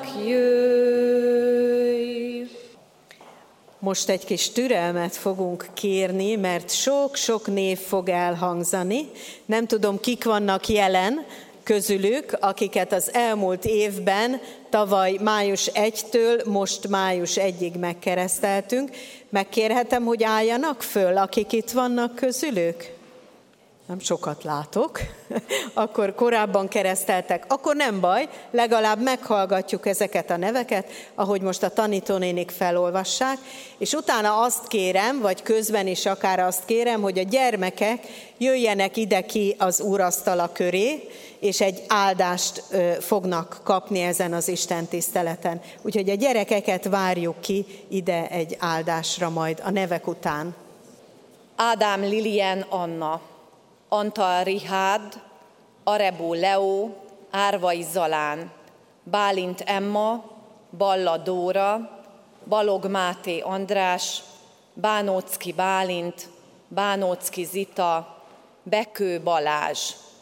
jöjj! Most egy kis türelmet fogunk kérni, mert sok-sok név fog elhangzani. Nem tudom, kik vannak jelen közülük, akiket az elmúlt évben, tavaly május 1-től most május 1-ig megkereszteltünk. Megkérhetem, hogy álljanak föl, akik itt vannak közülük? Nem sokat látok. Akkor korábban kereszteltek. Akkor nem baj, legalább meghallgatjuk ezeket a neveket, ahogy most a tanítónénik felolvassák, és utána azt kérem, vagy közben is akár azt kérem, hogy a gyermekek jöjjenek ide ki az úrasztala köré, és egy áldást fognak kapni ezen az Isten tiszteleten. Úgyhogy a gyerekeket várjuk ki ide egy áldásra majd a nevek után. Ádám Lilian Anna, Antal Richárd, Arebó Leó, Árvai Zalán, Bálint Emma, Balla Dóra, Balog Máté András, Bánóczki Bálint, Bánóczki Zita, Bekő Balázs.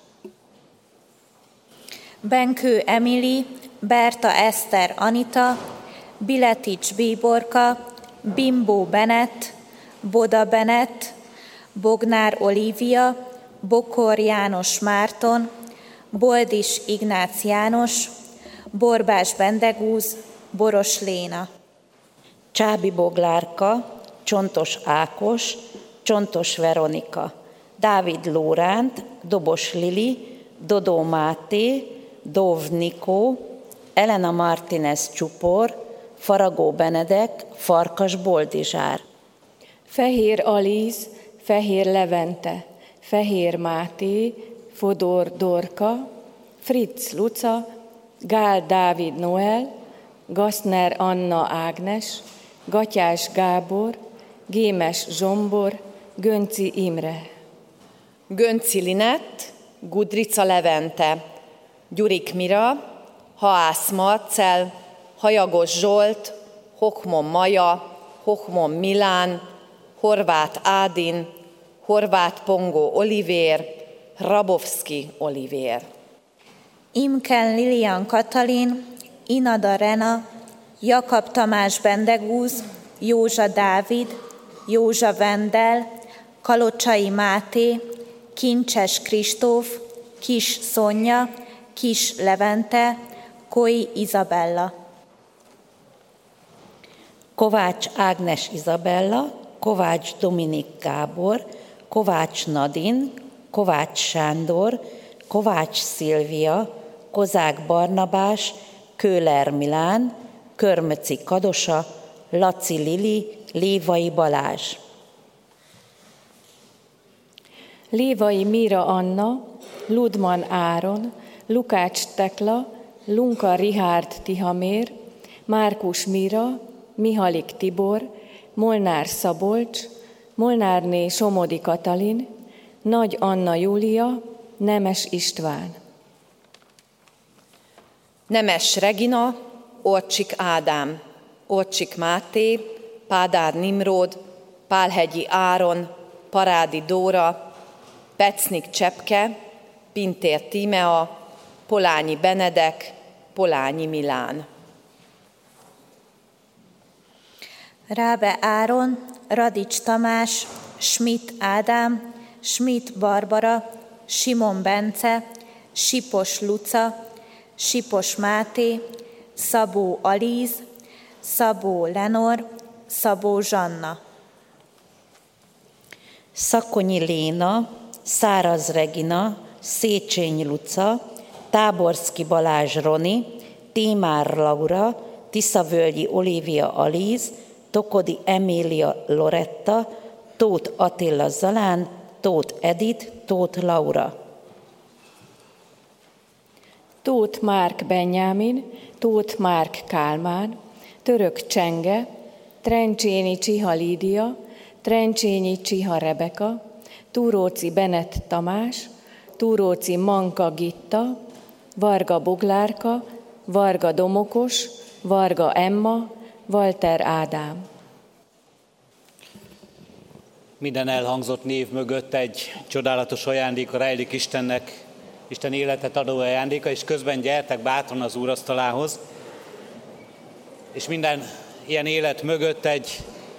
Benkő Emili, Berta Eszter Anita, Biletics Bíborka, Bimbó Benett, Boda Benett, Bognár Olívia, Bokor János Márton, Boldis Ignác János, Borbás Bendegúz, Boros Léna. Csábi Boglárka, Csontos Ákos, Csontos Veronika, Dávid Lóránt, Dobos Lili, Dodó Máté, Dóv Nikó, Elena Martínez Csupor, Faragó Benedek, Farkas Boldizsár. Fehér Alíz, Fehér Levente, Fehér Máté, Fodor Dorka, Fritz Luca, Gál Dávid Noel, Gaszner Anna Ágnes, Gatyás Gábor, Gémes Zsombor, Gönci Imre. Gönci Linett, Gudrica Levente, Gyurik Mira, Haász Marcel, Hajagos Zsolt, Hokmon Maja, Hokmon Milán, Horváth Ádin, Horváth Pongó Olivér, Hrabowski Olivér. Imken Lilian Katalin, Inada Rena, Jakab Tamás Bendegúz, Józsa Dávid, Józsa Vendel, Kalocsai Máté, Kincses Kristóf, Kis Szonya, Kis Levente, Koi Izabella. Kovács Ágnes Izabella, Kovács Dominik Gábor, Kovács Nadin, Kovács Sándor, Kovács Szilvia, Kozák Barnabás, Köhler Milán, Körmöci Kadosa, Laci Lili, Lévai Balázs. Lévai Mira Anna, Ludman Áron, Lukács Tekla, Lunka Richárd Tihamér, Márkus Mira, Mihalik Tibor, Molnár Szabolcs, Molnárné Somodi Katalin, Nagy Anna Júlia, Nemes István. Nemes Regina, Orcsik Ádám, Orcsik Máté, Pádár Nimród, Pálhegyi Áron, Parádi Dóra, Pecnik Csepke, Pintér Tímea, Polányi Benedek, Polányi Milán. Rábe Áron, Radics Tamás, Schmidt Ádám, Schmidt Barbara, Simon Bence, Sipos Luca, Sipos Máté, Szabó Alíz, Szabó Lenor, Szabó Zsanna. Szakonyi Léna, Száraz Regina, Széchenyi Luca, Táborszki Balázs Roni, Tímár Laura, Tiszavölgyi Olivia Alíz, Tokodi Emília Loretta, Tóth Attila Zalán, Tóth Edith, Tóth Laura. Tóth Márk Benyámin, Tóth Márk Kálmán, Török Csenge, Trencsényi Csiha Lídia, Trencsényi Csiha Rebeka, Túróci Benett Tamás, Túróci Manka Gitta, Varga Boglárka, Varga Domokos, Varga Emma, Walter Ádám. Minden elhangzott név mögött egy csodálatos ajándéka rejlik Istennek, Isten életet adó ajándéka, és közben gyertek bátran az úrasztalához. És minden ilyen élet mögött egy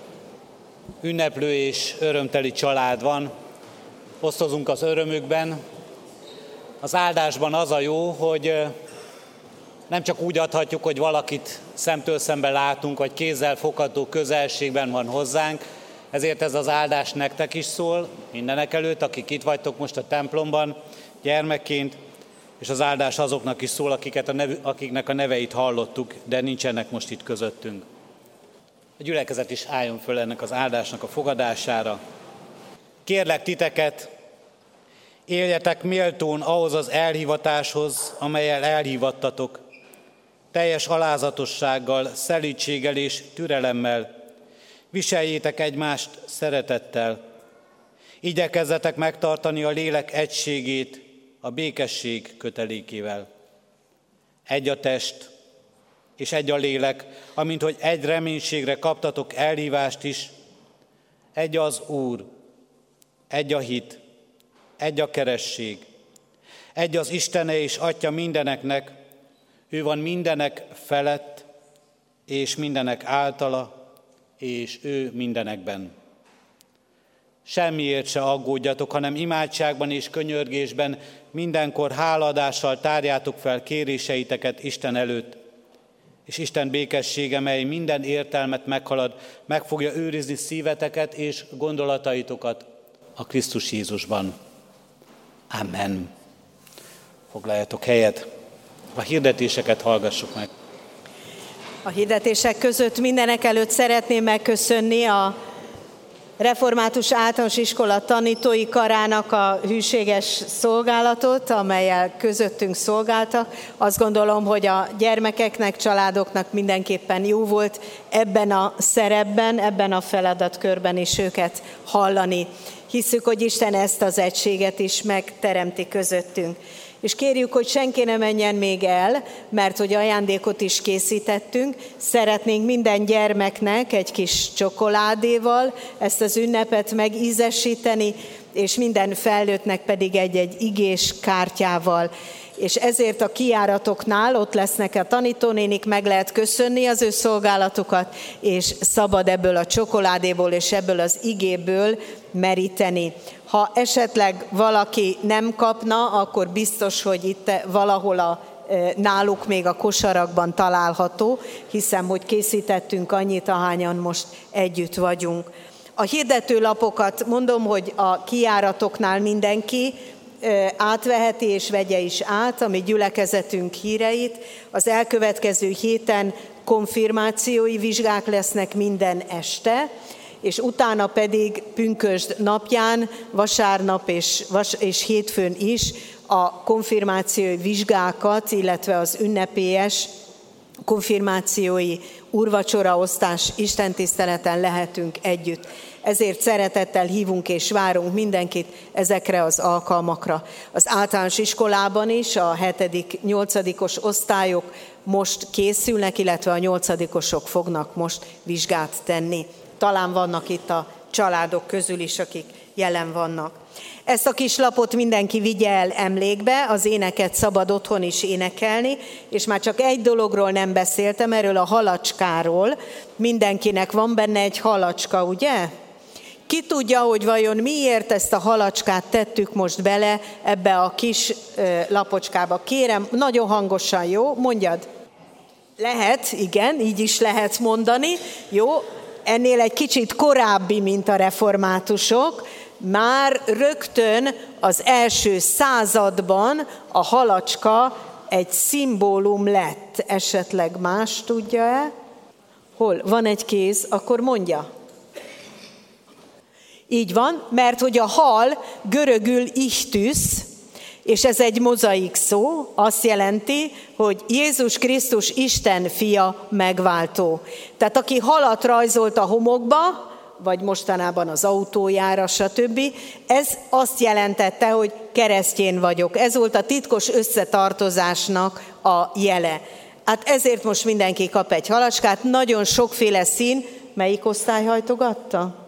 ünneplő és örömteli család van. Osztozunk az örömükben. Az áldásban az a jó, hogy nem csak úgy adhatjuk, hogy valakit szemtől szembe látunk, vagy kézzel fogható közelségben van hozzánk, ezért ez az áldás nektek is szól, mindenek előtt, akik itt vagytok most a templomban gyermekként, és az áldás azoknak is szól, akiknek a neveit hallottuk, de nincsenek most itt közöttünk. A gyülekezet is álljon föl ennek az áldásnak a fogadására. Kérlek titeket, éljetek méltón ahhoz az elhivatáshoz, amellyel elhívattatok, teljes alázatossággal, szelídséggel és türelemmel. Viseljétek egymást szeretettel. Igyekezzetek megtartani a lélek egységét a békesség kötelékével. Egy a test, és egy a lélek, amint hogy egy reménységre kaptatok elhívást is, egy az Úr, egy a hit, egy a keresség, egy az Istene és Atya mindeneknek, ő van mindenek felett, és mindenek általa, és ő mindenekben. Semmiért se aggódjatok, hanem imádságban és könyörgésben mindenkor hálaadással tárjátok fel kéréseiteket Isten előtt, és Isten békessége, mely minden értelmet meghalad, meg fogja őrizni szíveteket és gondolataitokat a Krisztus Jézusban. Amen. Foglaljatok helyet, a hirdetéseket hallgassuk meg. A hirdetések között mindenek előtt szeretném megköszönni a Református Általános Iskola tanítói karának a hűséges szolgálatot, amellyel közöttünk szolgáltak. Azt gondolom, hogy a gyermekeknek, családoknak mindenképpen jó volt ebben a szerepben, ebben a feladatkörben is őket hallani. Hisszük, hogy Isten ezt az egységet is megteremti közöttünk. És kérjük, hogy senki ne menjen még el, mert hogy ajándékot is készítettünk. Szeretnénk minden gyermeknek egy kis csokoládéval ezt az ünnepet megízesíteni, és minden felnőttnek pedig egy igés kártyával. És ezért a kijáratoknál ott lesznek a tanítónénik, meg lehet köszönni az ő szolgálatukat, és szabad ebből a csokoládéból és ebből az igéből meríteni. Ha esetleg valaki nem kapna, akkor biztos, hogy itt valahol náluk még a kosarakban található, hiszem, hogy készítettünk annyit, ahányan most együtt vagyunk. A hirdetőlapokat mondom, hogy a kijáratoknál mindenki átveheti és vegye is át a mi gyülekezetünk híreit. Az elkövetkező héten konfirmációi vizsgák lesznek minden este, és utána pedig pünkösd napján, vasárnap és hétfőn is a konfirmációi vizsgákat, illetve az ünnepélyes konfirmációi úrvacsoraosztás istentiszteleten lehetünk együtt. Ezért szeretettel hívunk és várunk mindenkit ezekre az alkalmakra. Az általános iskolában is a 7.-8. osztályok most készülnek, illetve a 8-osok fognak most vizsgát tenni. Talán vannak itt a családok közül is, akik jelen vannak. Ezt a kis lapot mindenki vigye el emlékbe, az éneket szabad otthon is énekelni, és már csak egy dologról nem beszéltem, erről a halacskáról. Mindenkinek van benne egy halacska, ugye? Ki tudja, hogy vajon miért ezt a halacskát tettük most bele ebbe a kis lapocskába? Kérem, nagyon hangosan, jó? Mondjad. Lehet, igen, így is lehet mondani. Jó, ennél egy kicsit korábbi, mint a reformátusok. Már rögtön az első században a halacska egy szimbólum lett. Esetleg más tudja-e? Hol? Van egy kéz, akkor mondja. Így van, mert hogy a hal görögül ichtüsz, és ez egy mozaik szó, azt jelenti, hogy Jézus Krisztus Isten fia megváltó. Tehát aki halat rajzolt a homokba, vagy mostanában az autójára, stb. Ez azt jelentette, hogy keresztjén vagyok. Ez volt a titkos összetartozásnak a jele. Hát ezért most mindenki kap egy halacskát, nagyon sokféle szín. Melyik osztály hajtogatta?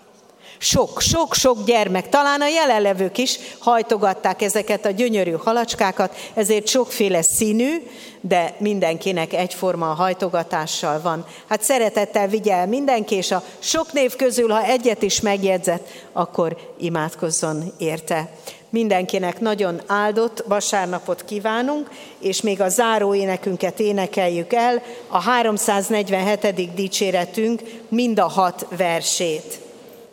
Sok gyermek, talán a jelenlevők is hajtogatták ezeket a gyönyörű halacskákat, ezért sokféle színű, de mindenkinek egyforma a hajtogatással van. Hát szeretettel vigye el mindenki, és a sok név közül, ha egyet is megjegyzett, akkor imádkozzon érte. Mindenkinek nagyon áldott vasárnapot kívánunk, és még a záró énekünket énekeljük el, a 347. dicséretünk mind a 6 versét.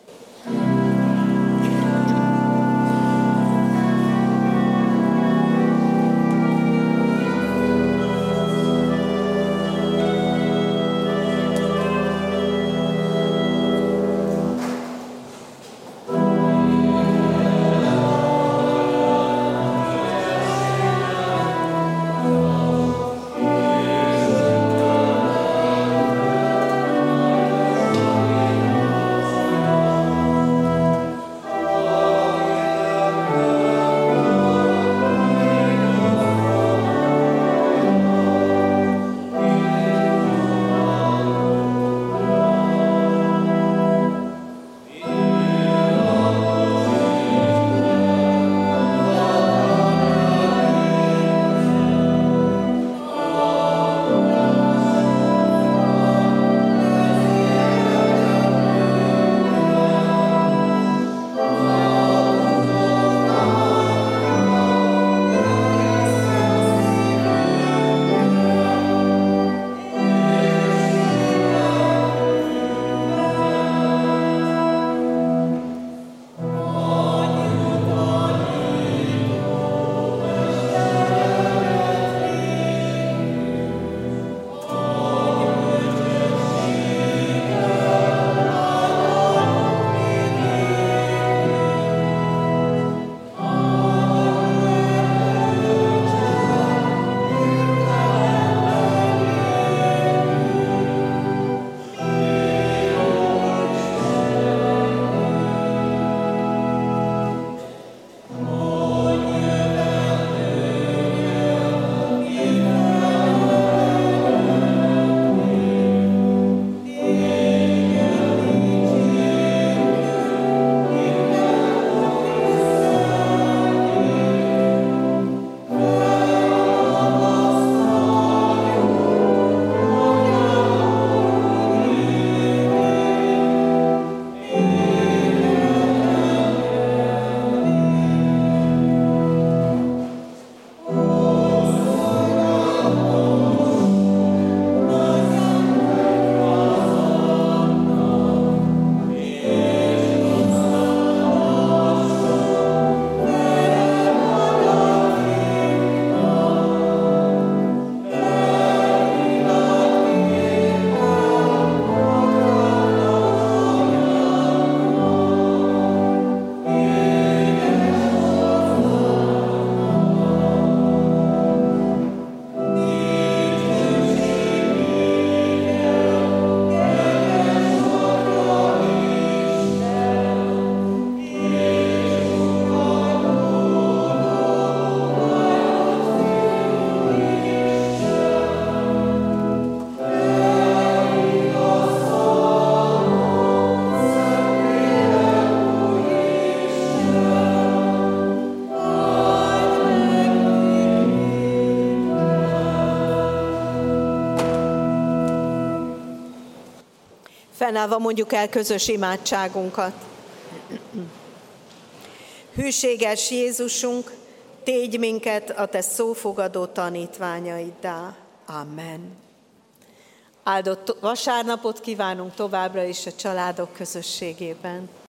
Fennállva mondjuk el közös imádságunkat. Hűséges Jézusunk, tégy minket a te szófogadó tanítványaiddá. Amen. Áldott vasárnapot kívánunk továbbra is a családok közösségében.